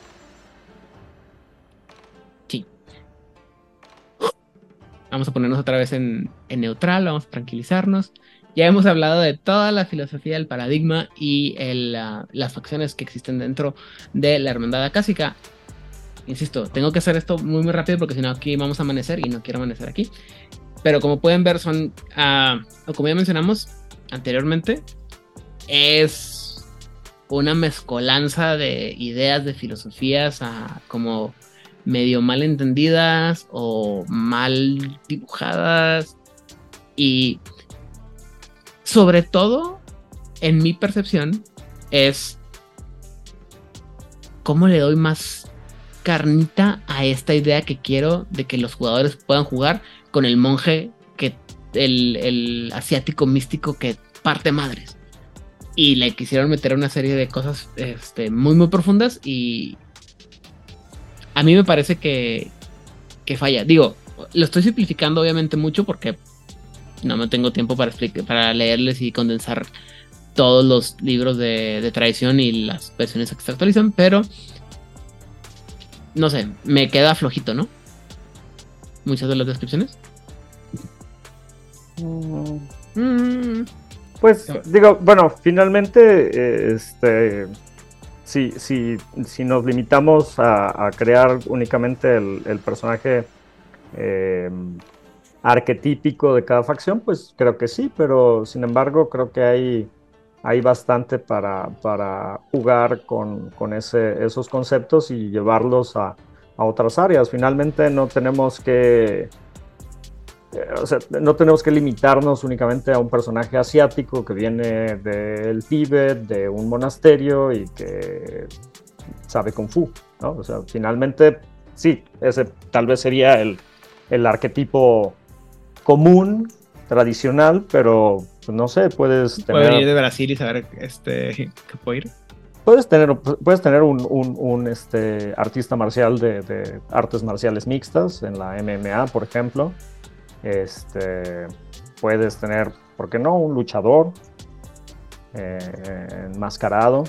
Sí. Vamos a ponernos otra vez en neutral, vamos a tranquilizarnos. Ya hemos hablado de toda la filosofía del paradigma y las facciones que existen dentro de la hermandad acásica. Insisto, tengo que hacer esto muy muy rápido porque si no aquí vamos a amanecer y no quiero amanecer aquí. Pero como pueden ver son, o como ya mencionamos anteriormente, es una mezcolanza de ideas, de filosofías como medio mal entendidas o mal dibujadas y sobre todo, en mi percepción, es cómo le doy más carnita a esta idea que quiero de que los jugadores puedan jugar con el monje, el asiático místico que parte madres. Y le quisieron meter una serie de cosas muy muy profundas y a mí me parece que falla. Digo, lo estoy simplificando obviamente mucho porque no me tengo tiempo para leerles y condensar todos los libros de tradición y las versiones que se actualizan, pero no sé, me queda flojito, ¿no? Muchas de las descripciones. Pues digo, bueno, finalmente si nos limitamos a crear únicamente el personaje arquetípico de cada facción, pues creo que sí, pero sin embargo creo que hay bastante para jugar con esos conceptos y llevarlos a otras áreas. Finalmente no tenemos que limitarnos únicamente a un personaje asiático que viene del Tíbet, de un monasterio y que sabe Kung Fu, ¿no? O sea, finalmente sí, ese tal vez sería el arquetipo común, tradicional, pero pues, no sé, puede venir de Brasil y saber qué puede ir. Puedes tener un artista marcial de artes marciales mixtas en la MMA, por ejemplo. Puedes tener, ¿por qué no? Un luchador enmascarado.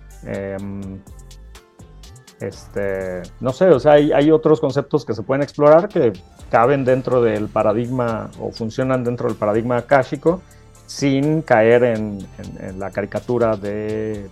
No sé, o sea, hay otros conceptos que se pueden explorar que caben dentro del paradigma o funcionan dentro del paradigma akáshico sin caer en la caricatura de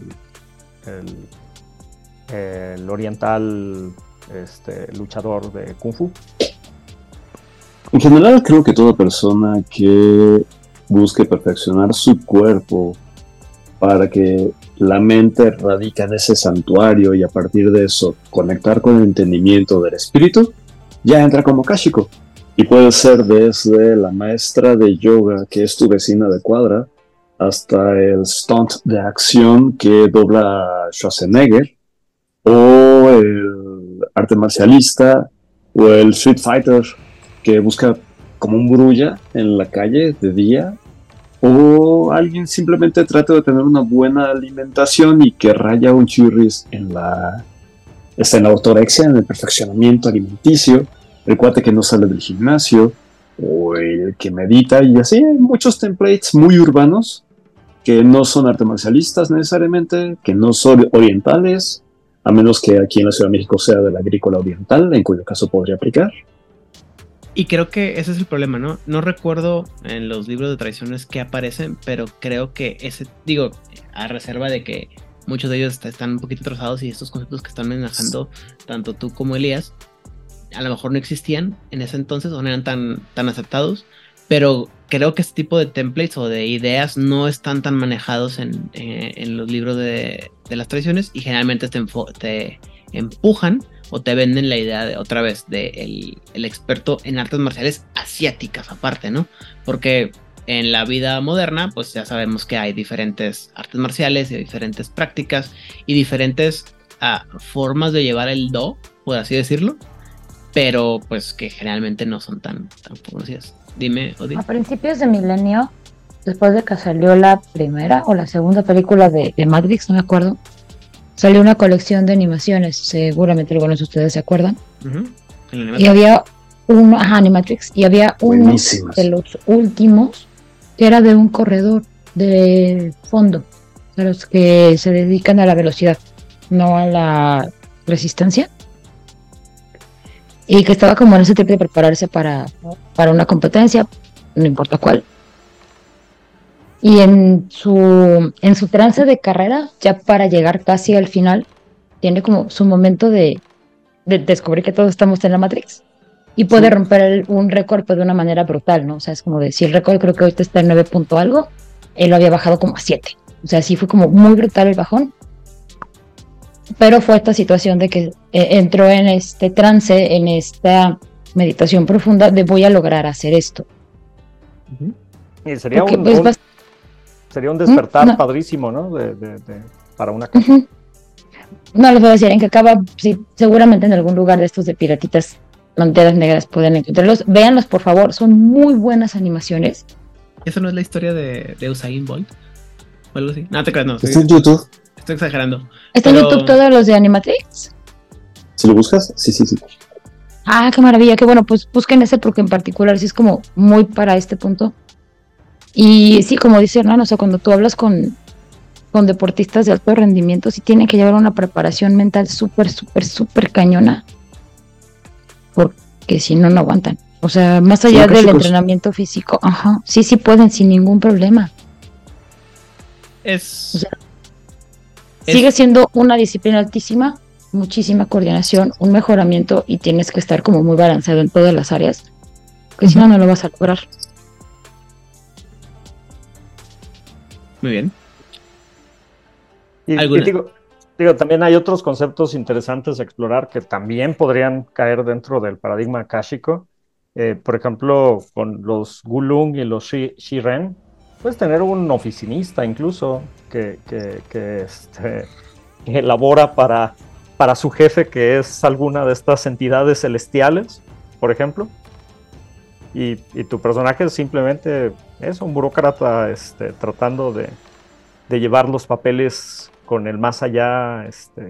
el oriental luchador de Kung Fu. En general creo que toda persona que busque perfeccionar su cuerpo para que la mente radica en ese santuario y a partir de eso conectar con el entendimiento del espíritu, ya entra como akáshico. Y puede ser desde la maestra de yoga que es tu vecina de cuadra, hasta el stunt de acción que dobla Schwarzenegger, o el arte marcialista, o el street fighter que busca como un grulla en la calle de día, o alguien simplemente trata de tener una buena alimentación y que raya un churris en la ortorexia, en el perfeccionamiento alimenticio, el cuate que no sale del gimnasio, o el que medita, y así hay muchos templates muy urbanos que no son arte marcialistas necesariamente, que no son orientales, a menos que aquí en la Ciudad de México sea de la agrícola oriental, en cuyo caso podría aplicar. Y creo que ese es el problema, ¿no? No recuerdo en los libros de tradiciones que aparecen, pero creo que a reserva de que muchos de ellos están un poquito atrasados y estos conceptos que están manejando tanto tú como Elías, a lo mejor no existían en ese entonces o no eran tan aceptados, pero creo que este tipo de templates o de ideas no están tan manejados en los libros de las tradiciones y generalmente te empujan o te venden la idea de otra vez de el experto en artes marciales asiáticas aparte, ¿no? Porque en la vida moderna pues ya sabemos que hay diferentes artes marciales y diferentes prácticas y diferentes formas de llevar el do, por así decirlo, pero pues que generalmente no son tan conocidas. Dime, Odín. A principios de milenio, después de que salió la primera o la segunda película de Matrix, no me acuerdo, salió una colección de animaciones, seguramente algunos de ustedes se acuerdan. Y había uno, Animatrix, y había uno Buenísimas. de los últimos que era de un corredor de fondo, de los que se dedican a la velocidad, no a la resistencia, y que estaba como en ese tipo de prepararse para una competencia, no importa cuál. Y en su trance de carrera, ya para llegar casi al final, tiene como su momento de descubrir que todos estamos en la Matrix y puede romper un récord de una manera brutal, ¿no? O sea, es como de, si el récord creo que ahorita está en 9 punto algo, él lo había bajado como a 7. O sea, sí fue como muy brutal el bajón. Pero fue esta situación de que entró en este trance, en esta meditación profunda de voy a lograr hacer esto. Y sería Porque, sería un despertar padrísimo, ¿no? Para una cosa. No les voy a decir en qué acaba, sí, seguramente en algún lugar de estos de piratitas, Panteras Negras pueden encontrarlos. Véanlos, por favor, son muy buenas animaciones. ¿Eso no es la historia de Usain Bolt? O algo así. No te creas, no. Está en YouTube. Estoy exagerando. ¿Está en YouTube todos los de Animatrix? ¿Si lo buscas? Sí. Ah, qué maravilla, qué bueno, pues busquen ese porque en particular sí es como muy para este punto. Y sí, como dice Hernán, o sea, cuando tú hablas con deportistas de alto rendimiento, sí tienen que llevar una preparación mental súper cañona, porque si no aguantan. O sea, más allá del entrenamiento físico, sí pueden sin ningún problema. Sigue siendo una disciplina altísima, muchísima coordinación, un mejoramiento y tienes que estar como muy balanceado en todas las áreas, porque si no lo vas a lograr. Muy bien. Y digo, también hay otros conceptos interesantes a explorar que también podrían caer dentro del paradigma akáshico. Por ejemplo, con los Gulung y los Shiren, puedes tener un oficinista incluso que elabora para su jefe, que es alguna de estas entidades celestiales, por ejemplo. Y tu personaje es simplemente un burócrata tratando de llevar los papeles con el más allá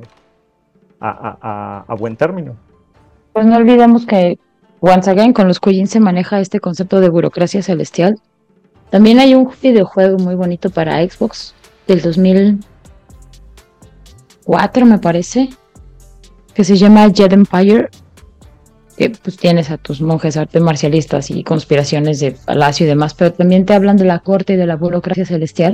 a buen término. Pues no olvidemos que once again con los Kujin se maneja este concepto de burocracia celestial. También hay un videojuego muy bonito para Xbox del 2004 me parece, que se llama Jet Empire, que pues tienes a tus monjes artes marcialistas y conspiraciones de palacio y demás, pero también te hablan de la corte y de la burocracia celestial.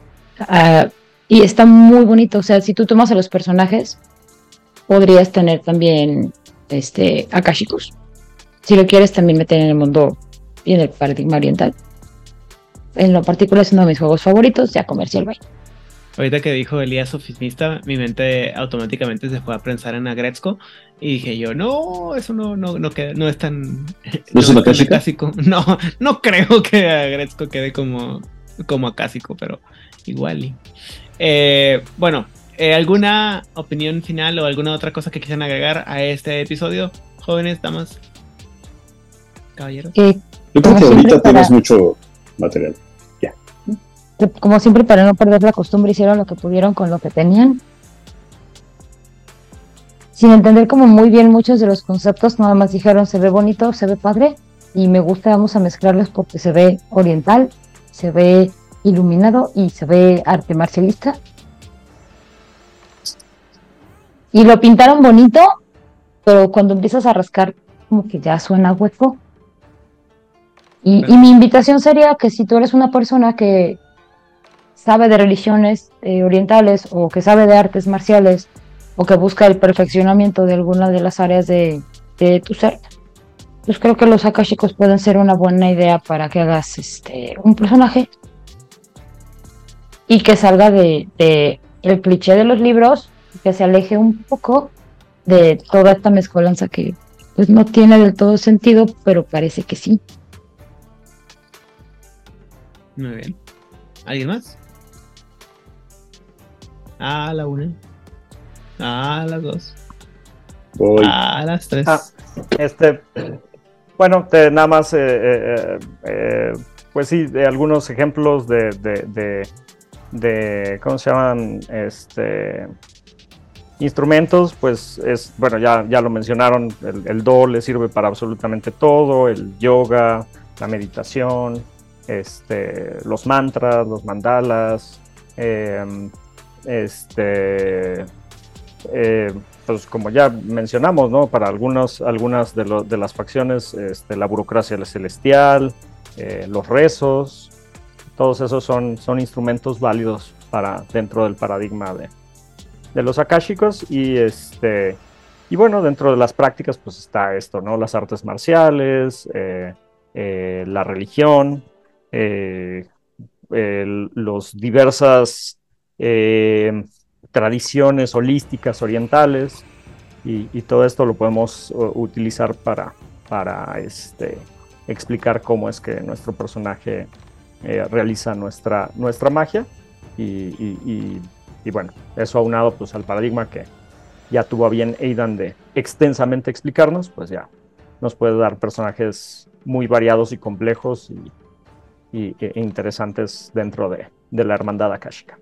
Y está muy bonito, o sea, si tú tomas a los personajes, podrías tener también akashicos. Si lo quieres también meter en el mundo y en el paradigma oriental. En lo particular es uno de mis juegos favoritos, ya comercial, bye. Ahorita que dijo Elías oficinista, mi mente automáticamente se fue a pensar en Agretzko y dije yo, no, eso no queda, no es tan... ¿No es un akashico? No creo que Agretzko quede como acásico, pero igual. Bueno, ¿alguna opinión final o alguna otra cosa que quisieran agregar a este episodio, jóvenes, damas, caballeros? Yo creo que ahorita tienes mucho material. Como siempre, para no perder la costumbre, hicieron lo que pudieron con lo que tenían, sin entender como muy bien muchos de los conceptos. Nada más dijeron, se ve bonito, se ve padre y me gusta, vamos a mezclarlos porque se ve oriental, se ve iluminado y se ve arte marcialista, y lo pintaron bonito, pero cuando empiezas a rascar como que ya suena hueco. Y mi invitación sería que si tú eres una persona que sabe de religiones orientales o que sabe de artes marciales o que busca el perfeccionamiento de alguna de las áreas de tu ser, pues creo que los akashicos pueden ser una buena idea para que hagas un personaje y que salga de el cliché de los libros, que se aleje un poco de toda esta mezcolanza que pues no tiene del todo sentido, pero parece que sí. Muy bien. ¿Alguien más? La una. Las 2. Voy. Las 3. Bueno, nada más, pues sí, de algunos ejemplos de ¿cómo se llaman? Instrumentos, pues bueno, ya lo mencionaron, el do le sirve para absolutamente todo, el yoga, la meditación, los mantras, los mandalas, pues como ya mencionamos, ¿no? Para algunas de las facciones, la burocracia celestial, los rezos, todos esos son instrumentos válidos para dentro del paradigma de los akáshicos. Y bueno, dentro de las prácticas pues está esto, ¿no? Las artes marciales, la religión, los diversas tradiciones holísticas orientales, y todo esto lo podemos utilizar para explicar cómo es que nuestro personaje realiza nuestra magia, y bueno, eso aunado pues al paradigma que ya tuvo a bien Aidan de extensamente explicarnos, pues ya nos puede dar personajes muy variados y complejos e interesantes dentro de la hermandad akáshica.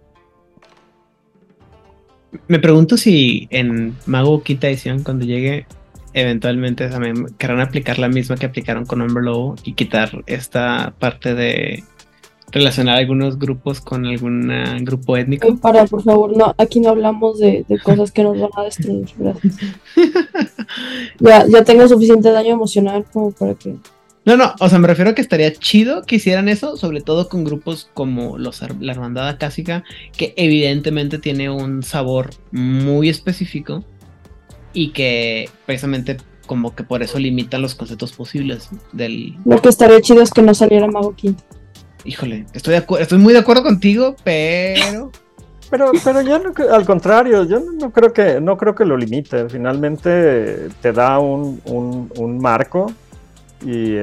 Me pregunto si en Mago Quinta Edición, cuando llegue, eventualmente también querrán aplicar la misma que aplicaron con Hombre Lobo y quitar esta parte de relacionar algunos grupos con algún grupo étnico. Por favor, no, aquí no hablamos de cosas que nos van a destruir, gracias. Ya tengo suficiente daño emocional como para que... No, o sea, me refiero a que estaría chido que hicieran eso, sobre todo con grupos como la Hermandad Acásica, que evidentemente tiene un sabor muy específico y que precisamente como que por eso limitan los conceptos posibles del... Lo que estaría chido es que no saliera Mago Quinto. Híjole, estoy muy de acuerdo contigo, pero... Pero yo no, al contrario, yo no creo que lo limite. Finalmente te da un marco y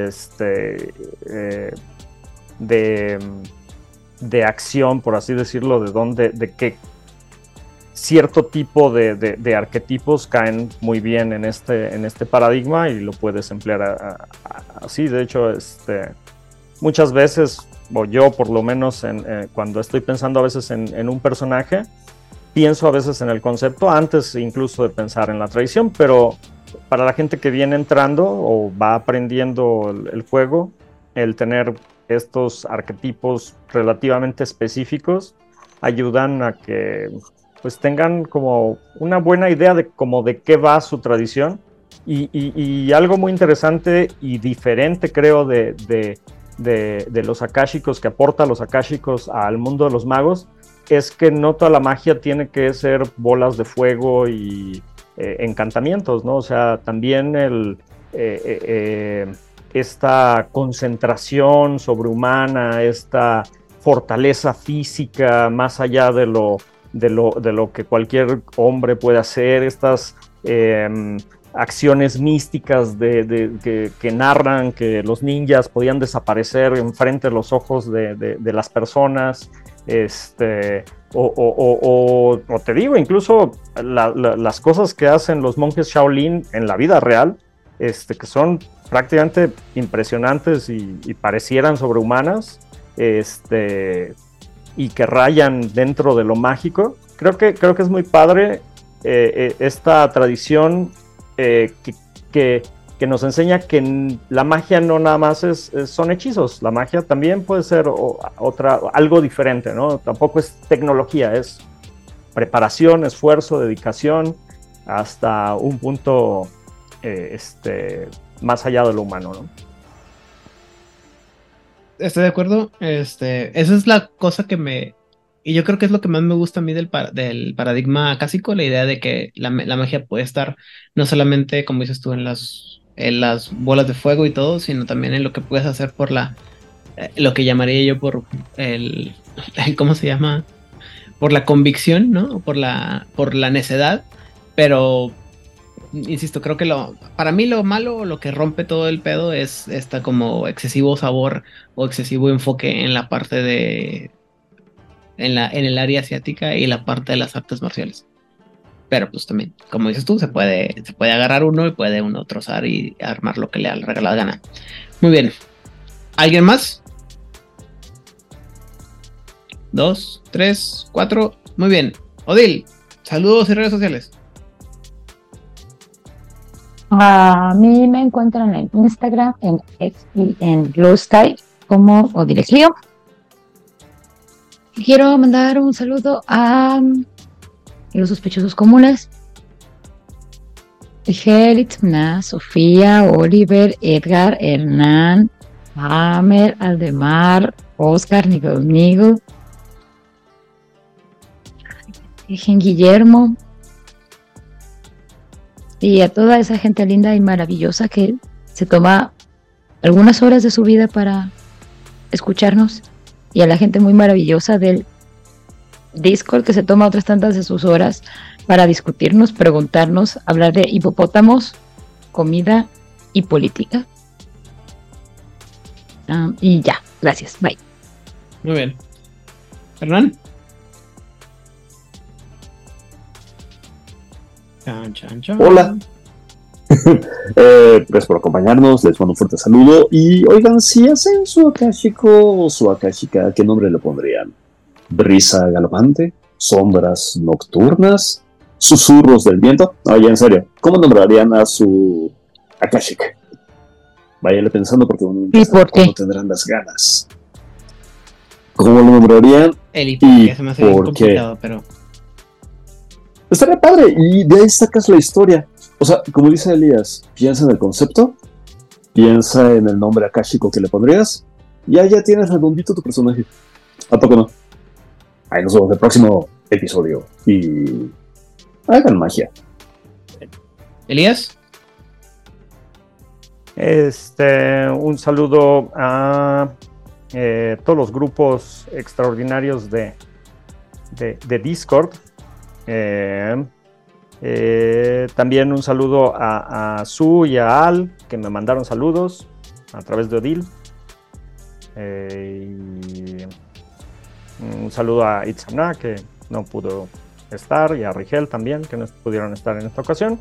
de acción, por así decirlo, de qué cierto tipo de arquetipos caen muy bien en este paradigma, y lo puedes emplear así. De hecho, muchas veces, o yo por lo menos cuando estoy pensando a veces en un personaje, pienso a veces en el concepto antes incluso de pensar en la tradición, pero para la gente que viene entrando o va aprendiendo el juego, el tener estos arquetipos relativamente específicos ayudan a que pues tengan como una buena idea de qué va su tradición, y algo muy interesante y diferente, creo, de los akáshicos, que aporta los akáshicos al mundo de los magos, es que no toda la magia tiene que ser bolas de fuego y encantamientos, ¿no? O sea, también esta concentración sobrehumana, esta fortaleza física más allá de lo que cualquier hombre puede hacer, estas acciones místicas que narran que los ninjas podían desaparecer enfrente de los ojos de las personas, o te digo, incluso las cosas que hacen los monjes Shaolin en la vida real, que son prácticamente impresionantes y parecieran sobrehumanas, y que rayan dentro de lo mágico. Creo que es muy padre esta tradición que nos enseña que la magia no nada más son hechizos. La magia también puede ser algo diferente, ¿no? Tampoco es tecnología, es preparación, esfuerzo, dedicación, hasta un punto más allá de lo humano, ¿no? Estoy de acuerdo. Esa es la cosa y yo creo que es lo que más me gusta a mí del paradigma acásico, la idea de que la magia puede estar no solamente, como dices tú, en las bolas de fuego y todo, sino también en lo que puedes hacer por lo que llamaría yo por ¿cómo se llama? Por la convicción, ¿no? Por la necedad. Pero insisto, creo que para mí lo malo, lo que rompe todo el pedo es esta como excesivo sabor o excesivo enfoque en la parte en el área asiática y la parte de las artes marciales. Pero pues también, como dices tú, se puede agarrar uno y puede uno trozar y armar lo que le haga la gana. Muy bien. ¿Alguien más? 2, 3, 4. Muy bien. Odil, saludos y redes sociales. A mí me encuentran en Instagram, en X y en Blue Sky como Odile Clio. Quiero mandar un saludo a los sospechosos comunes: Itzna, Sofía, Oliver, Edgar, Hernán, Hammer, Aldemar, Oscar, Nigel, Guillermo, y a toda esa gente linda y maravillosa que se toma algunas horas de su vida para escucharnos, y a la gente muy maravillosa del Discord que se toma otras tantas de sus horas para discutirnos, preguntarnos, hablar de hipopótamos, comida y política. Y ya, gracias, bye. Muy bien. Hernán. Hola. Gracias por acompañarnos, les mando un fuerte saludo. Y oigan, si hacen su akashiko o su akashika, ¿qué nombre le pondrían? ¿Brisa galopante? ¿Sombras nocturnas? ¿Susurros del viento? Oye, en serio, ¿cómo nombrarían a su akashika? Váyale pensando porque ¿Y por qué? no tendrán las ganas. ¿Cómo lo nombrarían? Y se me hace por complicado, qué. pero Estaría padre, y de ahí sacas la historia. O sea, como dice Elías, piensa en el concepto, piensa en el nombre akáshico que le pondrías, y ya tienes redondito tu personaje. ¿A poco no? Ahí nos vemos en el próximo episodio. Y hagan magia. Elías. Un saludo a todos los grupos extraordinarios de Discord. También un saludo a Su y a Al, que me mandaron saludos a través de Odil. Y un saludo a Itzamna, que no pudo estar, y a Rigel también, que no pudieron estar en esta ocasión.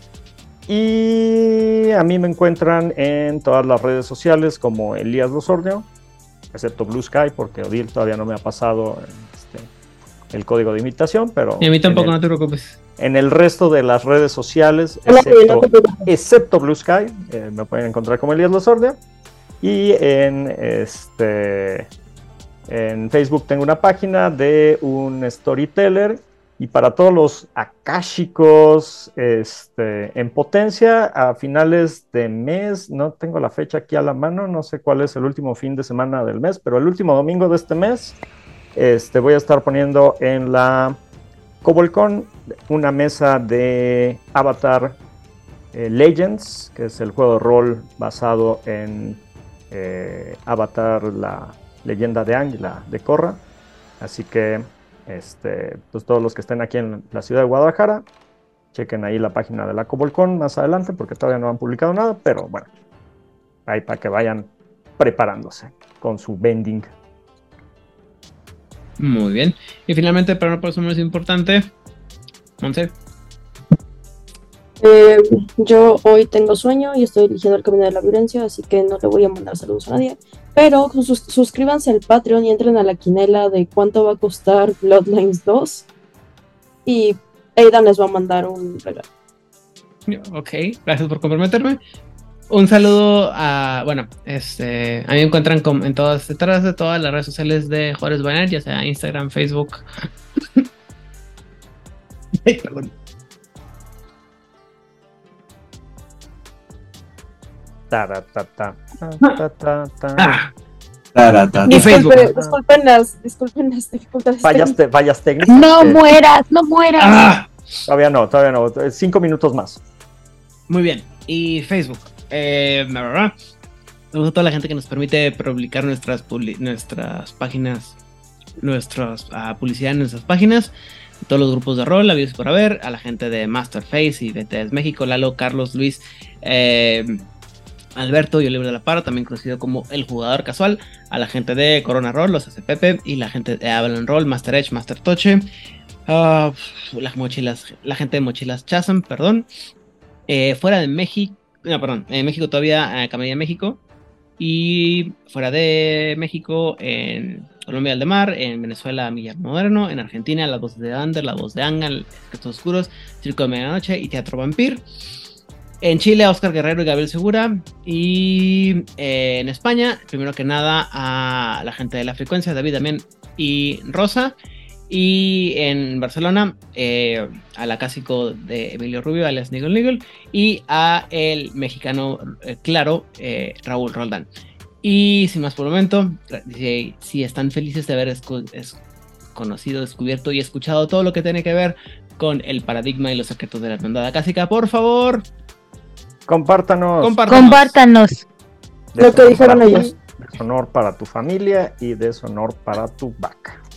Y a mí me encuentran en todas las redes sociales como Elías Losordio, excepto Blue Sky, porque Odil todavía no me ha pasado el código de invitación, pero... Y a mí tampoco, no te preocupes. En el resto de las redes sociales, excepto Blue Sky, me pueden encontrar como Elías Losordio. Y en Facebook tengo una página de un storyteller. Y para todos los akáshicos en potencia, a finales de mes, no tengo la fecha aquí a la mano, no sé cuál es el último fin de semana del mes, pero el último domingo de este mes voy a estar poniendo en la CobolCon una mesa de Avatar Legends, que es el juego de rol basado en Avatar, la leyenda de Aang, de Korra. Así que pues todos los que estén aquí en la ciudad de Guadalajara, chequen ahí la página de la CobolCon más adelante, porque todavía no han publicado nada, pero bueno, ahí para que vayan preparándose con su vending. Muy bien. Y finalmente, pero no por eso menos importante, Monse. Yo hoy tengo sueño y estoy eligiendo el camino de la violencia, así que no le voy a mandar saludos a nadie. Pero suscríbanse al Patreon y entren a la quinela de cuánto va a costar Bloodlines 2. Y Aidan les va a mandar un regalo. Ok, gracias por comprometerme. Un saludo a, bueno, a mí me encuentran detrás de todas las redes sociales de Juárez Banner, ya sea Instagram, Facebook. Ay, perdón. Y Facebook. Disculpen las dificultades. Fallas técnicas. No mueras. Todavía no. 5 minutos más. Muy bien. Y Facebook. Me gusta a toda la gente que nos permite publicar nuestras páginas, nuestras publicidad en nuestras páginas, todos los grupos de rol, habidos por haber, a la gente de Masterface y BTS México, Lalo, Carlos, Luis, Alberto y Oliver de la Parra, también conocido como el jugador casual, a la gente de Corona Roll, los SPP y la gente de Avalon Roll, Master Edge, Master Toche, Las mochilas, la gente de Mochilas Chasm, perdón. Fuera de México, no, perdón, en México todavía, Camarilla México. Y fuera de México, en Colombia Aldemar, en Venezuela Millar Moderno, en Argentina La Voz de Ander, La Voz de Angal, Secretos Oscuros, Circo de Medianoche y Teatro Vampir. En Chile, Oscar Guerrero y Gabriel Segura. Y en España, primero que nada, a la gente de La Frecuencia, David Damián y Rosa. Y en Barcelona, a la Cásico de Emilio Rubio, alias Nigel Nigel. Y a el mexicano, claro, Raúl Roldán. Y sin más por el momento, si están felices de haber conocido, descubierto y escuchado todo lo que tiene que ver con el paradigma y los secretos de la hermandad acásica, por favor, compártanos lo que dijeron ellos. Deshonor para tu familia y deshonor para tu vaca.